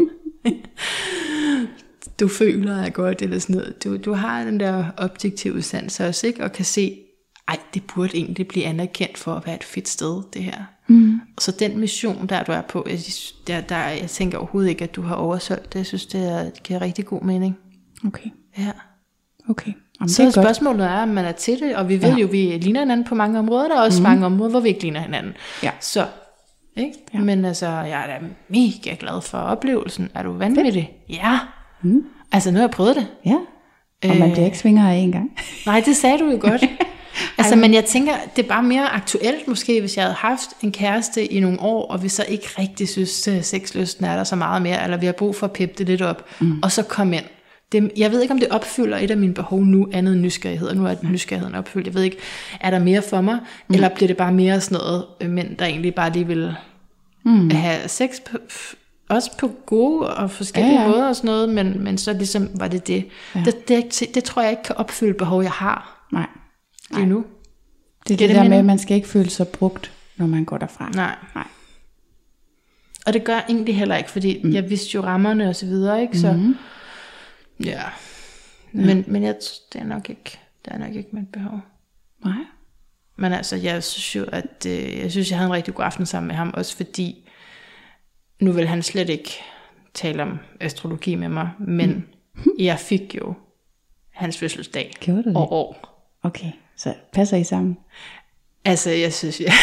Du føler er godt, eller sådan noget. Du, du har den der objektive sans også, ikke? Og kan se, ej, det burde egentlig blive anerkendt for at være et fedt sted, det her. Mm. Så den mission, der du er på, jeg, der, der, jeg tænker overhovedet ikke, at du har oversolgt det. Jeg synes, det, er, det giver rigtig god mening. Okay. Ja. Okay. Jamen, så det er spørgsmålet godt. Er, om man er til det, og vi ved ja. jo, vi ligner hinanden på mange områder. Der er også mm. mange områder, hvor vi ikke ligner hinanden. Ja. Så, ikke? Ja. Men altså, jeg er da mega glad for oplevelsen. Er du vanvittig? Ja. Mm. Altså, nu har jeg prøvet det. Ja. Og man bliver ikke svinger af en gang. Nej, det sagde du jo godt. Altså, men jeg tænker, det er bare mere aktuelt måske, hvis jeg havde haft en kæreste i nogle år, og vi så ikke rigtig synes, at sexlysten er der så meget mere, eller vi har brug for at peppe det lidt op, mm. og så kom ind. Det, jeg ved ikke, om det opfylder et af mine behov nu, andet end nysgerrighed, og nu er nysgerrigheden opfyldt. Jeg ved ikke, er der mere for mig, mm. eller bliver det bare mere sådan noget, mænd, der egentlig bare lige vil mm. have sex på, også på gode og forskellige ja, ja. måder og sådan noget, men, men så ligesom var det det. Ja. Det, det. Det tror jeg ikke kan opfylde behov, jeg har. Nej. Lige nu. Det er det, det der med, at man skal ikke føle sig brugt, når man går derfra. Nej. Nej. Og det gør egentlig heller ikke, fordi mm. jeg vidste jo rammerne og så videre, ikke? Så, mm. ja. ja. Men, men jeg, det er nok ikke, det er nok ikke mit behov. Nej. Men altså, jeg synes jo, at øh, jeg synes, jeg havde en rigtig god aften sammen med ham, også fordi, nu vil han slet ikke tale om astrologi med mig, men mm. jeg fik jo hans fødselsdag og år. Okay, så passer I sammen? Altså, jeg synes, jeg,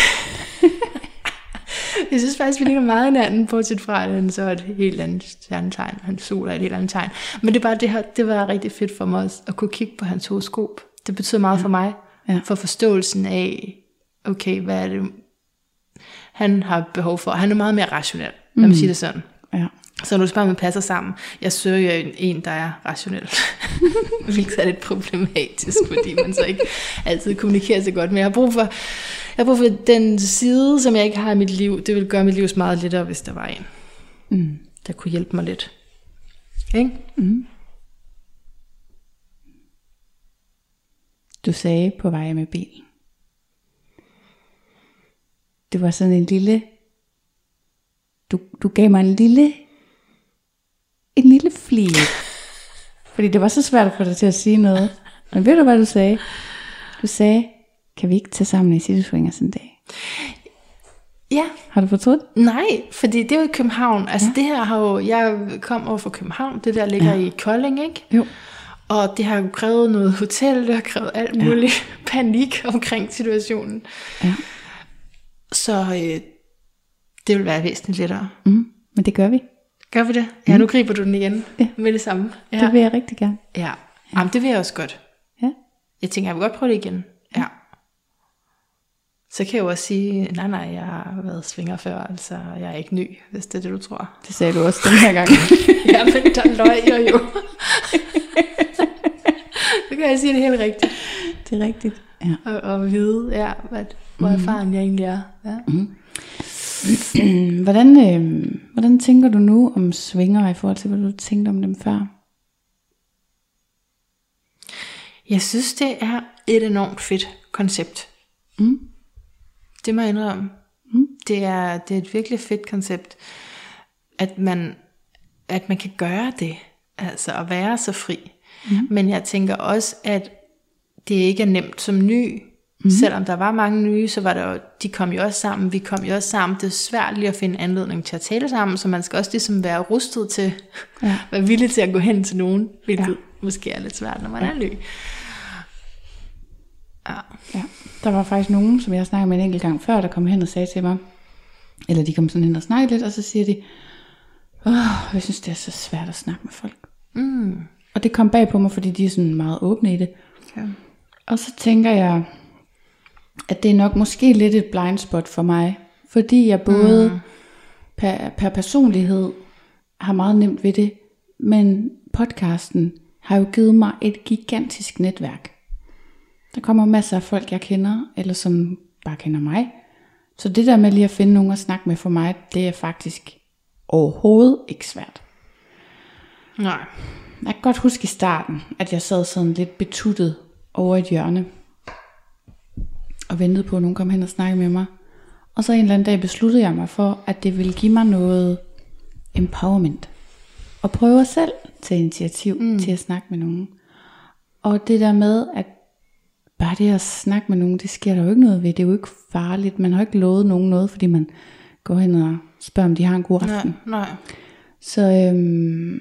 jeg synes faktisk, vi ligger meget hinanden, bortset fra, at han så er et helt andet stjernetegn, hans sol er et helt andet tegn. Men det er bare det her, det var rigtig fedt for mig også, at kunne kigge på hans horoskop. Det betyder meget ja. for mig, ja. for forståelsen af, okay, hvad er det, han har behov for. Han er meget mere rationel, lad mig mm. sige det sådan. Ja. Så nu spørger man passer sammen. Jeg søger jo en, der er rationel. Hvilket er lidt problematisk, fordi man så ikke altid kommunikerer så godt. Men jeg har brug for, jeg har brug for den side, som jeg ikke har i mit liv. Det ville gøre mit liv meget lettere, hvis der var en, mm. der kunne hjælpe mig lidt. Ikke? Mm. Du sagde på vej med bilen. Det var sådan en lille... Du, du gav mig en lille... En lille flie. Fordi det var så svært at få dig til at sige noget. Men ved du, hvad du sagde? Du sagde, kan vi ikke tage sammen i City Swingers en dag? Ja. Har du fortrudt? Nej, fordi det er jo i København. Altså ja. det her har jo... Jeg kom over fra København. Det der ligger ja. i Kolding, ikke? Jo. Og det har jo krævet noget hotel. Det har krævet alt muligt ja. panik omkring situationen. Ja. Så øh, det vil være væsentligt lettere. Mm, men det gør vi. Gør vi det? Ja, nu griber du den igen ja. med det samme. Ja. Det vil jeg rigtig gerne. Ja, ja. Jamen, det vil jeg også godt. Ja. Jeg tænker, jeg vil godt prøve det igen. Ja. Så kan jeg jo også sige, nej, nej, jeg har været svinger før, altså jeg er ikke ny, hvis det er det, du tror. Det sagde du også den her gang. Ja, men der løg jeg jo. Så kan jeg sige det helt rigtigt. Det er rigtigt. Ja. Og, og vide, ja, hvad, hvor erfaren mm. jeg egentlig er. Ja. Mm. hvordan, øh, hvordan tænker du nu om svinger i forhold til, hvad du tænkte om dem før? Jeg synes, det er et enormt fedt koncept. Mm. Det må jeg indrømme. Mm. Det, er, det er et virkelig fedt koncept, at man, at man kan gøre det, altså at være så fri. Mm. Men jeg tænker også, at det ikke er nemt som ny. Mm. Selvom der var mange nye, så var der jo, de kom jo også sammen, vi kom jo også sammen. Det er svært lige at finde anledning til at tale sammen, så man skal også ligesom være rustet til, ja. være villig til at gå hen til nogen, hvilket ja. måske er lidt svært, når man ja. er ny. Ja. ja. Der var faktisk nogen, som jeg snakkede med en enkelt gang før, der kom hen og sagde til mig, eller de kom sådan hen og snakkede lidt, og så siger de, åh, jeg synes det er så svært at snakke med folk. Mm. Og det kom bag på mig, fordi de er sådan meget åbne i det. Okay. Og så tænker jeg, at det er nok måske lidt et blind spot for mig, fordi jeg både mm. per, per personlighed har meget nemt ved det, men podcasten har jo givet mig et gigantisk netværk. Der kommer masser af folk, jeg kender, eller som bare kender mig. Så det der med lige at finde nogen at snakke med for mig, det er faktisk overhovedet ikke svært. Nej. Jeg kan godt huske i starten, at jeg sad sådan lidt betuttet over et hjørne. Og ventede på, at nogen kom hen og snakkede med mig. Og så en eller anden dag besluttede jeg mig for, at det ville give mig noget empowerment. Og prøve selv til initiativ mm. til at snakke med nogen. Og det der med, at bare det at snakke med nogen, det sker der jo ikke noget ved. Det er jo ikke farligt. Man har ikke lovet nogen noget, fordi man går hen og spørger, om de har en god aften. Nej, nej. Så, øhm,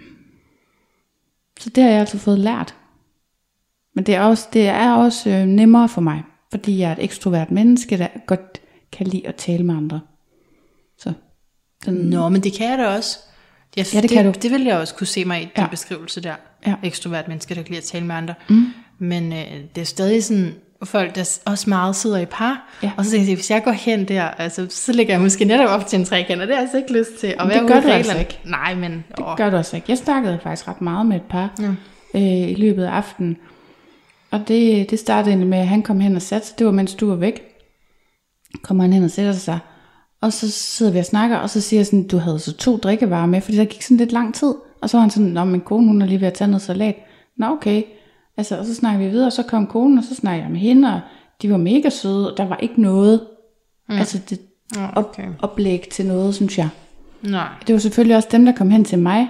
så det har jeg altså fået lært. Men det er også, det er også øh, nemmere for mig. Fordi jeg er et ekstrovert menneske, der godt kan lide at tale med andre. Så, den, Nå, men det kan jeg da også. Jeg, ja, det, det kan du. Det vil jeg også kunne se mig i den ja. beskrivelse der. Ja. Ekstrovert menneske, der kan lide at tale med andre. Mm. Men øh, det er stadig sådan, folk der også meget sidder i par. Ja. Og så tænker jeg, hvis jeg går hen der, altså, så ligger jeg måske netop op til en trekant, og det har jeg altså ikke lyst til. Og det gør du altså ikke. Nej, men... Det åh. gør du altså ikke. Jeg snakkede faktisk ret meget med et par ja. øh, i løbet af aftenen. Og det, det startede egentlig med, at han kom hen og satte sig. Det var mens du var væk. Kommer han hen og sætter sig. Og så sidder vi og snakker, og så siger jeg sådan, du havde så to drikkevarer med, fordi der gik sådan lidt lang tid. Og så var han sådan, nå, min kone, hun er lige ved at tage noget salat. Nå, okay. Altså, og så snakker vi videre, og så kom konen, og så snakker jeg med hende, og de var mega søde, og der var ikke noget, mm. altså det okay. op, oplæg til noget, synes jeg. Nej. Det var selvfølgelig også dem, der kom hen til mig.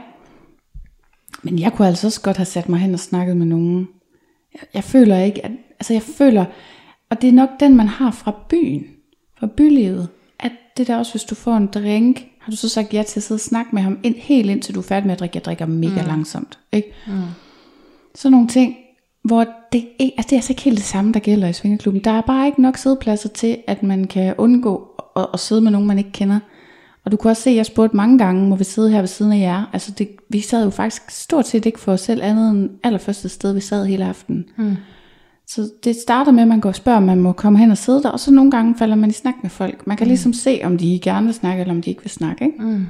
Men jeg kunne altså også godt have sat mig hen og snakket med nogen. Jeg, jeg føler ikke, at, altså jeg føler, og det er nok den, man har fra byen, fra bylivet, at det der også, hvis du får en drink, har du så sagt ja til at sidde og snakke med ham, ind, helt indtil du er færdig med at drikke. Jeg drikker mega mm. langsomt, ikke? Mm. Sådan nogle ting, hvor det, ikke, altså det er altså ikke helt det samme, der gælder i svingerklubben. Der er bare ikke nok sædepladser til, at man kan undgå at, at sidde med nogen, man ikke kender. Og du kunne også se, at jeg spurgte mange gange, må vi sidde her ved siden af jer? Altså det, vi sad jo faktisk stort set ikke for os selv, andet end allerførste sted, vi sad hele aftenen. Mm. Så det starter med, at man går og spørger, om man må komme hen og sidde der, og så nogle gange falder man i snak med folk. Man kan mm. ligesom se, om de gerne vil snakke, eller om de ikke vil snakke, ikke? Mm.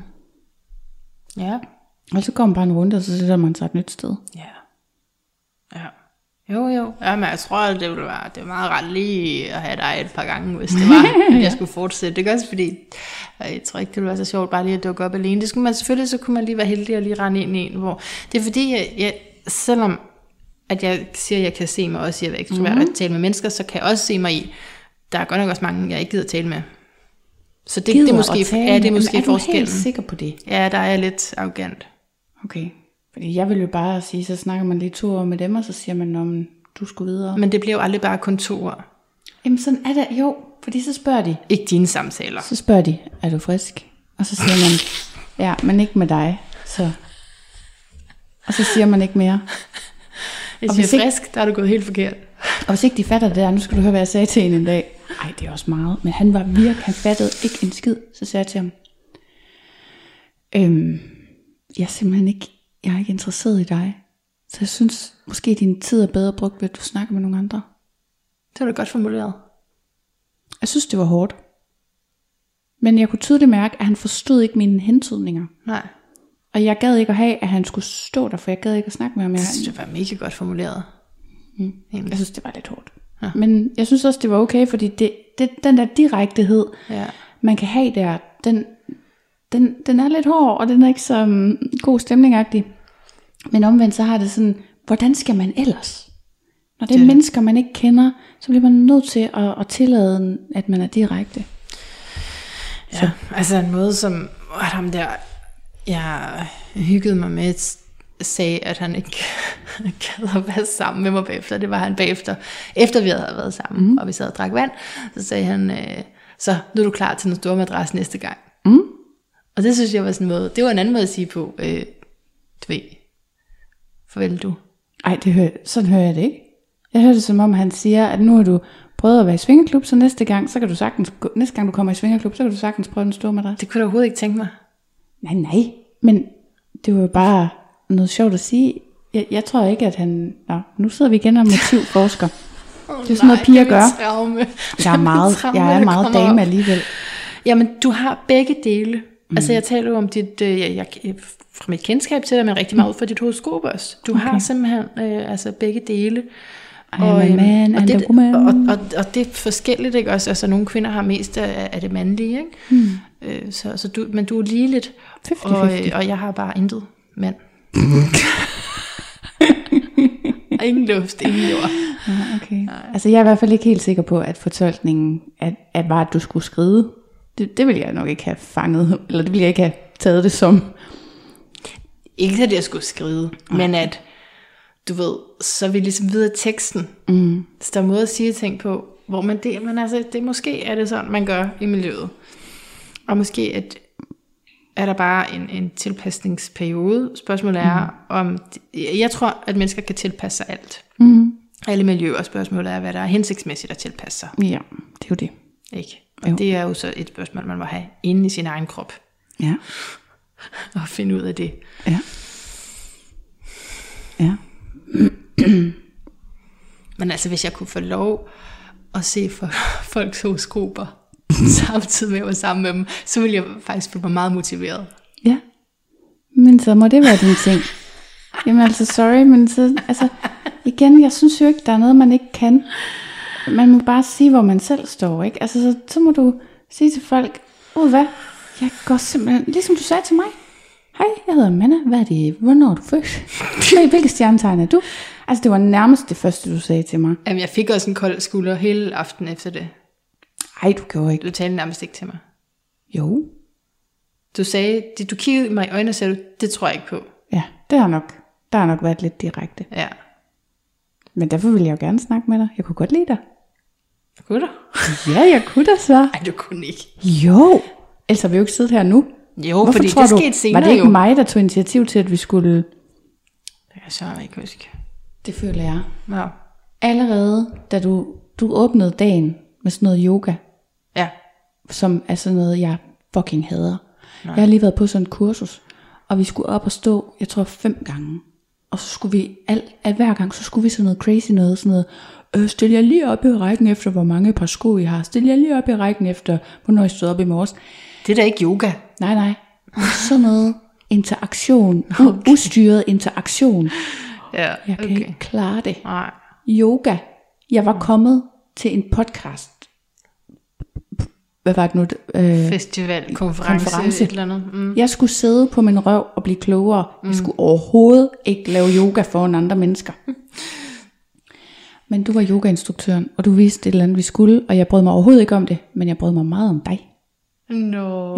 Ja. Og så går man bare en runde, og så sætter man sig et nyt sted. Ja. Ja. Jo, jo. Ja, men jeg tror, at det ville være, det var meget ret lige at have dig et par gange, hvis det var, at jeg skulle fortsætte. Det er også fordi, jeg tror ikke, det ville være så sjovt bare lige at dukke op alene. Det skulle man selvfølgelig, så kunne man lige være heldig at lige rende ind i en, hvor... Det er fordi, jeg, jeg, selvom at jeg siger, at jeg kan se mig også i at være ekstrovert mm-hmm. og tale med mennesker, så kan jeg også se mig i, der er godt nok også mange, jeg ikke gider tale med. Så det, det er måske, ja, det er måske er forskellen. Er du helt sikker på det? Ja, der er jeg lidt arrogant. Okay. Fordi jeg vil jo bare sige, så snakker man lige to år med dem, og så siger man, om du skulle videre. Men det bliver jo aldrig bare kun to år. Jamen sådan er det jo, fordi så spørger de. Ikke dine samtaler. Så spørger de, er du frisk? Og så siger man, ja, men ikke med dig. Så. Og så siger man ikke mere. Hvis og jeg hvis er frisk, ikke, der er du gået helt forkert. Og hvis ikke de fatter det der, nu skal du høre, hvad jeg sagde til hende en dag. Ej, det er også meget. Men han var virkelig, han fattede ikke en skid. Så sagde jeg til ham, øhm, jeg er simpelthen ikke, jeg er ikke interesseret i dig. Så jeg synes, måske din tid er bedre brugt ved, at du snakker med nogle andre. Det var da godt formuleret. Jeg synes, det var hårdt. Men jeg kunne tydeligt mærke, at han forstod ikke mine hentydninger. Nej. Og jeg gad ikke at have, at han skulle stå der, for jeg gad ikke at snakke med ham. Jeg synes, det var mega godt formuleret. Mm. Jeg synes, det var lidt hårdt. Ja. Men jeg synes også, det var okay, fordi det, det, den der direktehed, ja. man kan have der, den, den, den er lidt hård, og den er ikke så um, god stemningagtig. Men omvendt så har det sådan, hvordan skal man ellers? Når det er det. mennesker, man ikke kender, så bliver man nødt til at, at tillade, at man er direkte. Ja, så. Altså en måde, som ham der, jeg hyggede mig med, sagde, at han ikke gad at være sammen med mig bagefter. Det var han bagefter, efter vi havde været sammen, mm. og vi sad og drak vand, så sagde han, øh, så nu er du klar til en stor madras næste gang. Mm. Og det synes jeg var sådan en måde, det var en anden måde at sige på, øh, du ved, farvel du. Ej, det hører, sådan hører jeg det ikke. Jeg hører det som om, han siger, at nu har du prøvet at være i svingerklub, så næste gang, så kan du sagtens, næste gang du kommer i svingerklub, så kan du sagtens prøve den store madras. Det kunne du overhovedet ikke tænke mig. Nej, nej, men det var jo bare noget sjovt at sige. Jeg, jeg tror ikke, at han... Nå, nu sidder vi igen og motivforsker. Oh, det er sådan noget, piger gør. Traume. Jeg er meget, jeg er meget dame alligevel. Jamen, du har begge dele. Mm. Altså, jeg taler jo om dit... Øh, jeg, jeg, fra mit kendskab til dig, men rigtig meget ud fra dit horoskop også. Du okay. har simpelthen øh, altså begge dele. Og, og, man og, det, og, og, og det er forskelligt, ikke også? Altså, nogle kvinder har mest af, af det mandlige, ikke? Mm. Øh, så, så du, men du er ligeligt. halvtreds og, og jeg har bare intet mand. ingen luft, ingen jord. Ja, okay. Nej. Altså jeg er i hvert fald ikke helt sikker på, at fortolkningen at, at var, at du skulle skride. Det, det ville jeg nok ikke have fanget, eller det ville jeg ikke have taget det som. Ikke at jeg skulle skride, okay. Men at, du ved, så vi ligesom videre teksten. Mm. Så der er måde at sige ting på, hvor man det, men altså, det måske er det sådan, man gør i miljøet. Og måske at, er der bare en, en tilpasningsperiode. Spørgsmålet er, mm. om, jeg tror, at mennesker kan tilpasse sig alt. Mm. Alle miljøer. Spørgsmålet er, hvad der er hensigtsmæssigt at tilpasse sig. Ja, det er jo det. Ikke? Og jo. Det er jo så et spørgsmål, man må have inde i sin egen krop. Ja. Og finde ud af det. Ja. Ja. Men altså, hvis jeg kunne få lov at se for folks horoskoper, samtidig med at være sammen med dem, så ville jeg faktisk føle mig meget motiveret. Ja. Men så må det være din ting. Jamen altså, sorry, men så, altså, igen, jeg synes jo ikke, der er noget, man ikke kan. Man må bare sige, hvor man selv står, ikke? Altså, så, så må du sige til folk, åh, hvad? Jeg går simpelthen, ligesom du sagde til mig. Hej, jeg hedder Manna. Hvad er det? Hvornår er du født? Hvilke stjernetegn er du? Altså, det var nærmest det første, du sagde til mig. Jamen, jeg fik også en kold skulder hele aften efter det. Ej, du gjorde ikke. Du talte nærmest ikke til mig. Jo. Du sagde, det, du kiggede mig i øjnene og sagde, det tror jeg ikke på. Ja, det har nok, der har nok været lidt direkte. Ja. Men derfor ville jeg jo gerne snakke med dig. Jeg kunne godt lide dig. Kunne du? Ja, jeg kunne da så. Nej, du kunne ikke. Jo, ellers har vi jo ikke siddet her nu. Jo, Hvorfor fordi tror det du, skete senere. var det ikke jo. mig, der tog initiativ til, at vi skulle... Det kan jeg så ikke huske. Det føler jeg. Ja. Allerede, da du, du åbnede dagen med sådan noget yoga, Ja. som er sådan noget, jeg fucking hader. Nej. Jeg har lige været på sådan en kursus, og vi skulle op og stå, jeg tror fem gange. Og så skulle vi, al, al hver gang, så skulle vi sådan noget crazy noget, sådan noget, øh, stil jeg lige op i rækken efter, hvor mange par sko I har. Stil jeg lige op i rækken efter, hvornår I stod op i morges. Det er da ikke yoga. Nej, nej. Sådan noget interaktion, okay. Ustyret interaktion. Ja, Jeg kan okay. ikke klare det. Nej. Yoga. Jeg var kommet til en podcast. Hvad var det nu? Øh, Festival, konference, konference. et eller andet. Mm. Jeg skulle sidde på min røv og blive klogere. Mm. Jeg skulle overhovedet ikke lave yoga foran andre mennesker. Men du var yogainstruktøren, og du viste et eller andet, vi skulle, og jeg brød mig overhovedet ikke om det, men jeg brød mig meget om dig. Nå.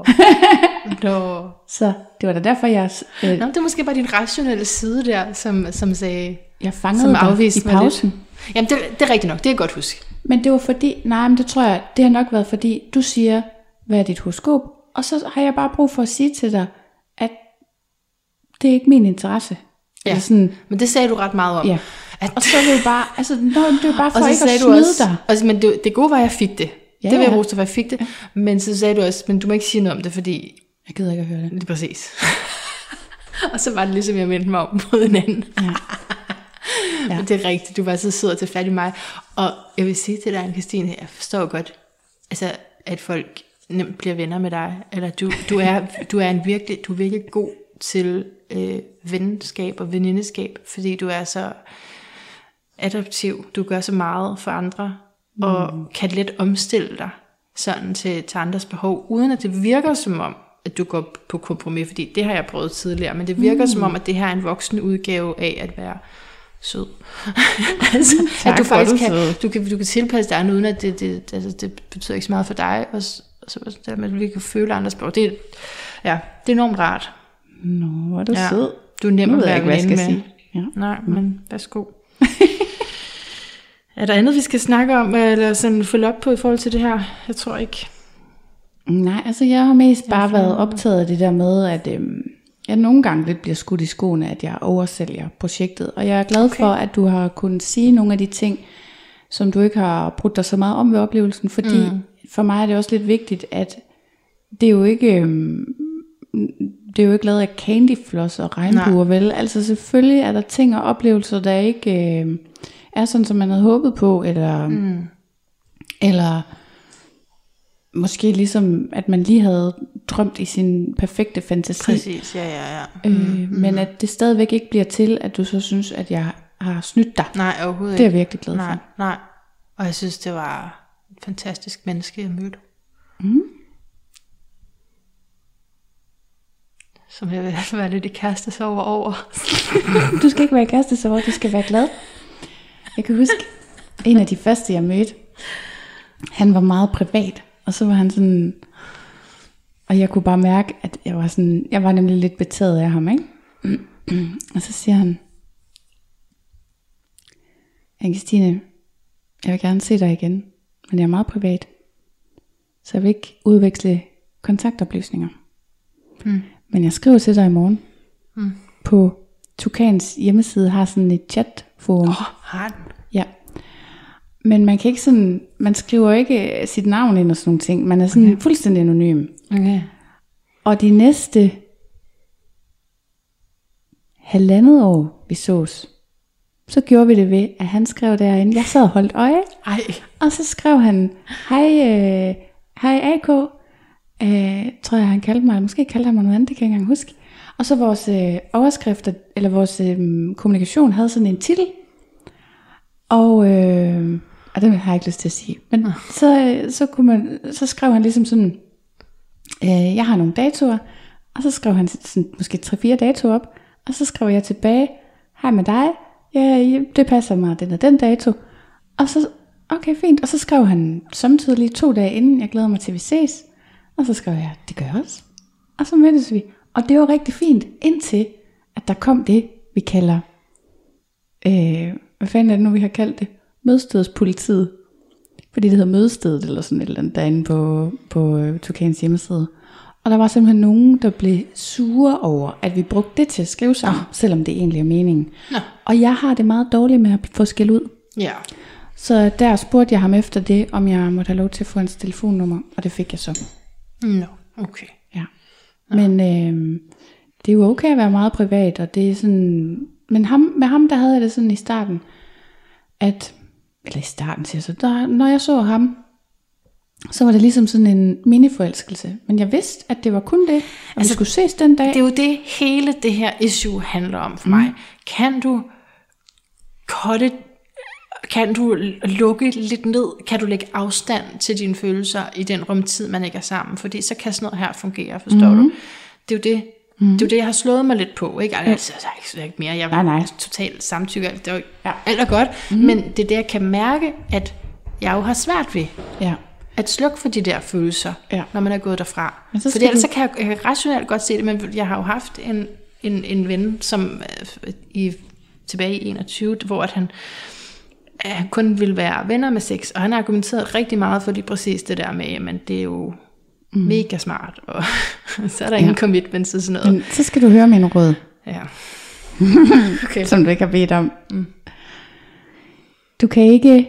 Nå. Så det var da derfor, jeg... Øh, Nå, det er måske bare din rationelle side der, som, som sagde... Jeg fangede dig i pausen. Jamen, det, det er rigtigt nok, det kan jeg godt huske. Men det var fordi, nej, men det tror jeg, det har nok været fordi, du siger, hvad er dit horoskop? Og så har jeg bare brug for at sige til dig, at det er ikke min interesse. Ja, eller sådan, men det sagde du ret meget om. Ja. At, og så vil du bare, altså, nå, det er bare for ikke at du snyde også, dig. Altså, men det, det gode var, at jeg fik det. Ja, det vil jeg ja. rose dig, at jeg fik det. Ja. Men så sagde du også, men du må ikke sige noget om det, fordi... Jeg gider ikke at høre det. Det er præcis. Og så var det ligesom, jeg vendte mig om mod en anden. Ja. Ja. Men det er rigtigt, du var så sød og til fat i mig. Og jeg vil sige til dig, Anne-Kristine, jeg forstår godt, altså, at folk nemt bliver venner med dig. Eller du, du, er, du, er en virkelig, du er virkelig god til øh, venskab og venindeskab, fordi du er så adaptiv. Du gør så meget for andre, mm. og kan let omstille dig sådan til, til andres behov, uden at det virker som om, at du går på kompromis, fordi det har jeg prøvet tidligere, men det virker mm. som om, at det her er en voksen udgave af at være sød. altså, tak, at du faktisk du kan, du kan, du kan tilpasse dig, uden at det, det, altså, det betyder ikke så meget for dig, og så, så at vi kan føle andres behov. Det, ja, det er enormt rart. Nå, hvor er du ja, sød. Du er nem nu at ved jeg være ikke, hvad jeg skal med. sige. Ja. Nej, men værsgo. Er der andet, vi skal snakke om, eller sådan følge op på i forhold til det her? Jeg tror ikke. Nej, altså jeg har mest jeg bare har været optaget af det der med, at øhm, jeg nogle gange lidt bliver skudt i skoene, at jeg oversælger projektet. Og jeg er glad okay. for, at du har kunnet sige nogle af de ting, som du ikke har brudt dig så meget om ved oplevelsen. Fordi mm. for mig er det også lidt vigtigt, at det er jo ikke... Øhm, det er jo ikke lavet af candyfloss og regnbuer, vel? Altså selvfølgelig er der ting og oplevelser, der ikke øh, er sådan, som man havde håbet på, eller, mm. eller måske ligesom, at man lige havde drømt i sin perfekte fantasi. Præcis, ja, ja, ja. Øh, mm. Men at det stadigvæk ikke bliver til, at du så synes, at jeg har snydt dig. Nej, overhovedet det er ikke. jeg virkelig glad nej, for. Nej, og jeg synes, det var et fantastisk menneske, jeg mødte. Mm. som jeg vil være lidt i kærestesorger over. Du skal ikke være i kærestesorger, du skal være glad. Jeg kan huske, en af de første, jeg mødte, han var meget privat, og så var han sådan, og jeg kunne bare mærke, at jeg var sådan, jeg var nemlig lidt betaget af ham, ikke? Og så siger han, Anne-Kristine, jeg vil gerne se dig igen, men jeg er meget privat, så jeg vil ikke udveksle kontaktoplysninger. Mm. Men jeg skriver til dig i morgen. Mm. På Tukans hjemmeside har sådan et chatforum. Åh, oh, har den? Ja. Men man kan ikke sådan, man skriver ikke sit navn ind og sådan nogle ting. Man er sådan okay. fuldstændig anonym. Okay. Og de næste halvandet år, vi sås, så gjorde vi det ved, at han skrev derinde. Jeg sad og holdt øje. Ej. Og så skrev han, hej, øh, hej A K. Øh, tror jeg, han kaldte mig. Måske kaldte han mig noget andet, det kan jeg ikke engang huske. Og så vores øh, overskrifter, eller vores øh, kommunikation, havde sådan en titel. Og, øh, og det har jeg ikke lyst til at sige. Men øh. så, så, kunne man, så skrev han ligesom sådan, øh, jeg har nogle datoer. Og så skrev han sådan, måske tre-fire datoer op. Og så skrev jeg tilbage, hej med dig. Ja, det passer mig, den er den dato. Og så, okay, fint. Og så skrev han samtidig lige to dage inden, jeg glæder mig til, vi ses. Og så skrev jeg, det gør jeg også. Og så mødtes vi. Og det var rigtig fint, indtil at der kom det, vi kalder, øh, hvad fanden er det nu, vi har kaldt det? Mødestedspolitiet. Fordi det hedder Mødestedet, eller sådan et eller andet, derinde på, på Tukans hjemmeside. Og der var simpelthen nogen, der blev sure over, at vi brugte det til at skrive sammen, oh. selvom det egentlig er meningen. No. Og jeg har det meget dårligt med at få skæld ud. Ja. Yeah. Så der spurgte jeg ham efter det, om jeg måtte have lov til at få hans telefonnummer, og det fik jeg så. Nå, okay. Ja. No. Men øh, det er jo okay at være meget privat, og det er sådan, men ham, med ham, der havde jeg det sådan i starten, at, eller i starten siger jeg så, der, når jeg så ham, så var det ligesom sådan en mini-forelskelse. Men jeg vidste, at det var kun det, og altså, vi skulle ses den dag. Det er jo det, hele det her issue handler om for mm. mig. Kan du cutte, kan du lukke lidt ned, kan du lægge afstand til dine følelser i den rumtid, man ikke er sammen? Fordi så kan sådan noget her fungere, forstår mm. du? Det er jo det, mm. det er jo det, jeg har slået mig lidt på. Ikke? Altså, jeg er ikke, ikke mere, jeg nej, nej. totalt samtykker, det er jo ja. alt er godt. Mm. Men det er det, jeg kan mærke, at jeg jo har svært ved. Ja. At slukke for de der følelser, ja. når man er gået derfra. Fordi ellers du... så kan jeg, jeg kan rationelt godt se det, men jeg har jo haft en, en, en ven, som i, tilbage i enogtyve, hvor at han, han kun ville være venner med sex, og han har argumenteret rigtig meget for lige præcis det der med, jamen det er jo mm. mega smart, og så er der ja. ingen commitment og sådan noget. Men så skal du høre min råd, ja. okay. som du ikke har bedt om. Mm. Du kan ikke...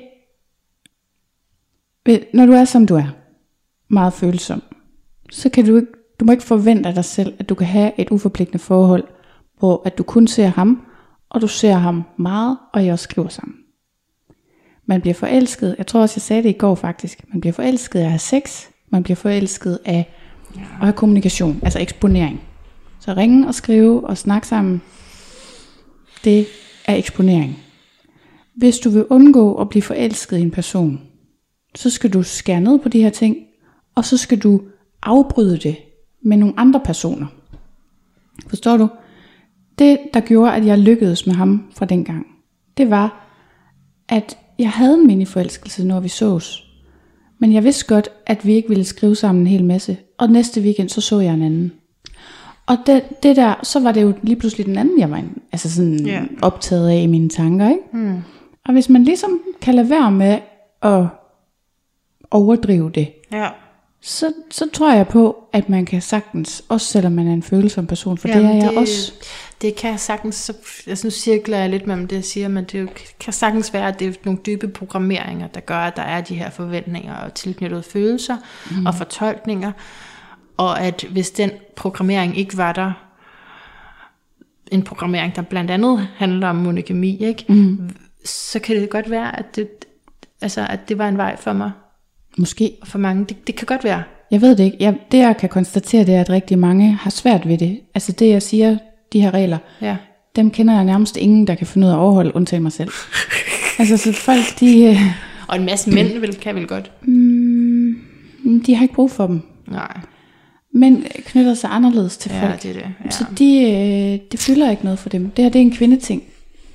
Når du er som du er, meget følsom, så kan du ikke, du må ikke forvente af dig selv, at du kan have et uforpligtende forhold, hvor at du kun ser ham, og du ser ham meget, og I også skriver sammen. Man bliver forelsket, jeg tror også jeg sagde det i går faktisk, man bliver forelsket af at have sex, man bliver forelsket af at have kommunikation, altså eksponering. Så ringe og skrive og snakke sammen, det er eksponering. Hvis du vil undgå at blive forelsket i en person, så skal du skære ned på de her ting, og så skal du afbryde det med nogle andre personer. Forstår du? Det, der gjorde, at jeg lykkedes med ham fra dengang, det var, at jeg havde en mini-forelskelse, når vi sås. Men jeg vidste godt, at vi ikke ville skrive sammen en hel masse. Og næste weekend, så så jeg en anden. Og det, det der, så var det jo lige pludselig den anden, jeg var altså sådan yeah. optaget af i mine tanker. Ikke? Mm. Og hvis man ligesom kan lade være med at overdrive det, ja. så, så tror jeg på, at man kan sagtens, også selvom man er en følsom person, for Jamen det er jeg det, også. Det kan sagtens, så, altså nu cirkler jeg lidt mellem det, jeg siger, men det kan sagtens være, at det er nogle dybe programmeringer, der gør, at der er de her forventninger og tilknyttede følelser mm. og fortolkninger, og at hvis den programmering ikke var der, en programmering, der blandt andet handler om monogami, ikke? Mm. så kan det godt være, at det, altså, at det var en vej for mig. Måske. For mange. Det, det kan godt være. Jeg ved det ikke. Jeg, det jeg kan konstatere, det er, at rigtig mange har svært ved det. Altså det jeg siger, de her regler, ja. dem kender jeg nærmest ingen, der kan finde ud af at overholde, undtagen mig selv. altså så folk, de... Øh, Og en masse mænd vil, kan vel godt? Mm, de har ikke brug for dem. Nej. Mænd knytter sig anderledes til Ja, folk. det er det. Ja. Så de, øh, det fylder ikke noget for dem. Det her, det er en kvindeting.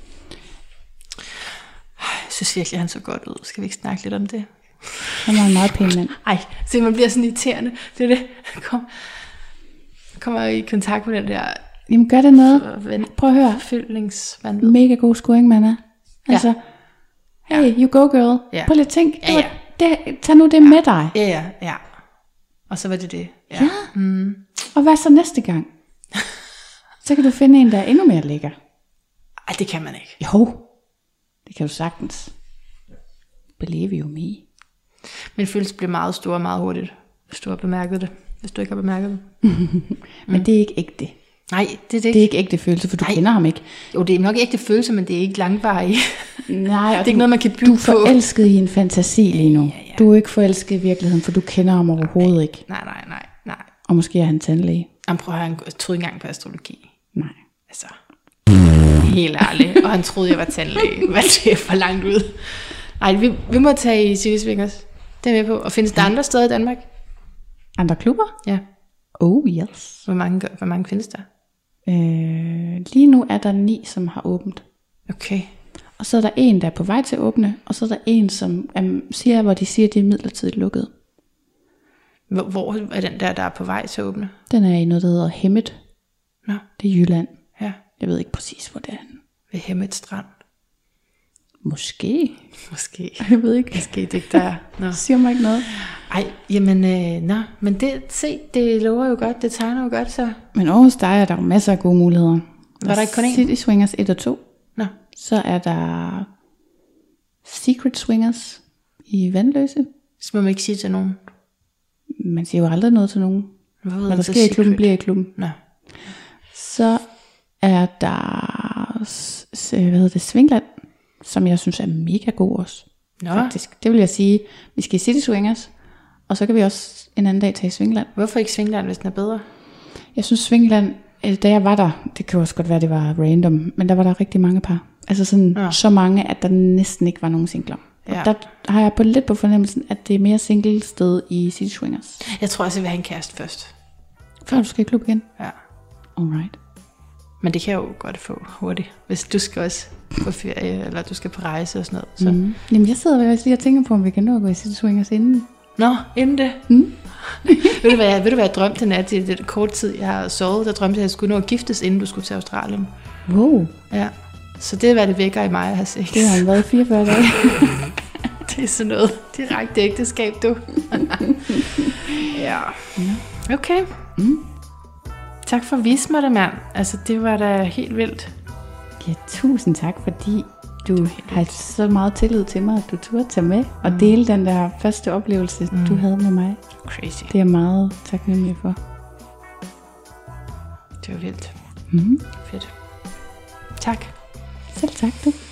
Jeg synes virkelig, han så godt ud. Skal vi ikke snakke lidt om det? Han var en meget pæn mand. Ej, se, man bliver sådan irriterende. Det er det. Kom, kommer i kontakt med den der Jamen gør det noget. Prøv at høre. Fyldningsvandvid. Mega god scoring, man er. Altså, Ja. hey, you go girl. Ja. Prøv lige at tænke. Ja, ja. Det, tag nu det med dig. Ja, ja, ja. Og så var det det. Ja. Ja. Mm. Og hvad så næste gang? Så kan du finde en, der er endnu mere lækker. Ej, det kan man ikke. Jo, det kan du sagtens. Believe you me. Min følelse bliver meget stor og meget hurtigt, hvis du har bemærket det. Hvis du ikke har bemærket det. Men det er ikke ægte. Nej, det er det ikke. Det er ikke ægte følelse, for du Nej. kender ham ikke. Jo, det er nok ikke det følelse, men det er ikke langvarig. Nej, og det er ikke noget, man kan bygge du er på. forelsket i en fantasi lige nu. Ja, ja. Du er ikke forelsket i virkeligheden, for du kender ham overhovedet ikke. Nej, nej, nej, nej. Og måske er han tandlæge. Han prøver at jeg troede ikke engang på astrologi. Nej. Altså, helt ærligt. Og han troede, jeg var tandlæge. Hvad det er for langt ud. Nej, vi, vi må tage i City Swingers. Det er med på. Og findes der andre steder i Danmark? Andre klubber? Ja. Oh yes. Hvor mange, gør- hvor mange findes der? Øh, lige nu er der ni, som har åbent. Okay. Og så er der en, der er på vej til at åbne. Og så er der en, som um, siger, hvor de siger, at de er midlertidigt lukket. Hvor, hvor er den der, der er på vej til at åbne? Den er i noget, der hedder Hemmet. Nå, Det er Jylland. ja. Jeg ved ikke præcis, hvor det er. Ved Hemmet Strand. Måske. Måske. Jeg ved ikke. Måske det ikke der er. Nå. Det siger mig ikke noget. Ej, jamen, øh, nå, men det, se, det lover jo godt, det tegner jo godt, så. Men over hos dig er der jo masser af gode muligheder. Var der ikke kun én? City Swingers et og to. Nå, Så er der Secret Swingers i Vandløse. så må man ikke sige til nogen. Man siger jo aldrig noget til nogen. Hvad ved Hvad der man, sker i klubben, bliver i klubben. Nå, Så er der s- s- hvad hedder det, Svingland, som jeg synes er mega god også. nå. Faktisk. Det vil jeg sige, vi skal i City Swingers, og så kan vi også en anden dag tage i Svingland. Hvorfor ikke Svingland, hvis den er bedre? Jeg synes Svingland, øh, da jeg var der, det kan også godt være, det var random, men der var der rigtig mange par. Altså sådan Ja. så mange, at der næsten ikke var nogen singler. Ja. Og der har jeg på lidt på fornemmelsen, at det er mere single sted i City Swingers. Jeg tror også, jeg vil have en kæreste først. Før du skal i klub igen. Ja. Alright. Men det kan jeg jo godt få hurtigt. Hvis du skal også på ferie, eller du skal på rejse og sådan noget. Så. Mm. Mm. Jamen jeg sidder også lige og tænker på, om vi kan nå at gå i City Swingers inden. Nå, inden det. Mm. ved, du, hvad jeg, ved du, hvad jeg drømte den nat i den kort tid, jeg har sovet? Der drømte jeg, at jeg skulle nå at giftes, inden du skulle til Australien. Wow, Ja. Så det er, hvad det vækker i mig at have sex. det har været fireogfyrre dage. Det er sådan noget direkte ægteskab, du. Ja. Okay. Mm. Tak for at vise mig det, mand. Altså, det var da helt vildt. Ja, tusind tak, fordi du har så meget tillid til mig, at du turde tage med og dele den der første oplevelse, mm. du havde med mig. Crazy. Det er jeg meget taknemmelig for. Det var vildt. Mm. Fedt. Tak. Selv tak, du.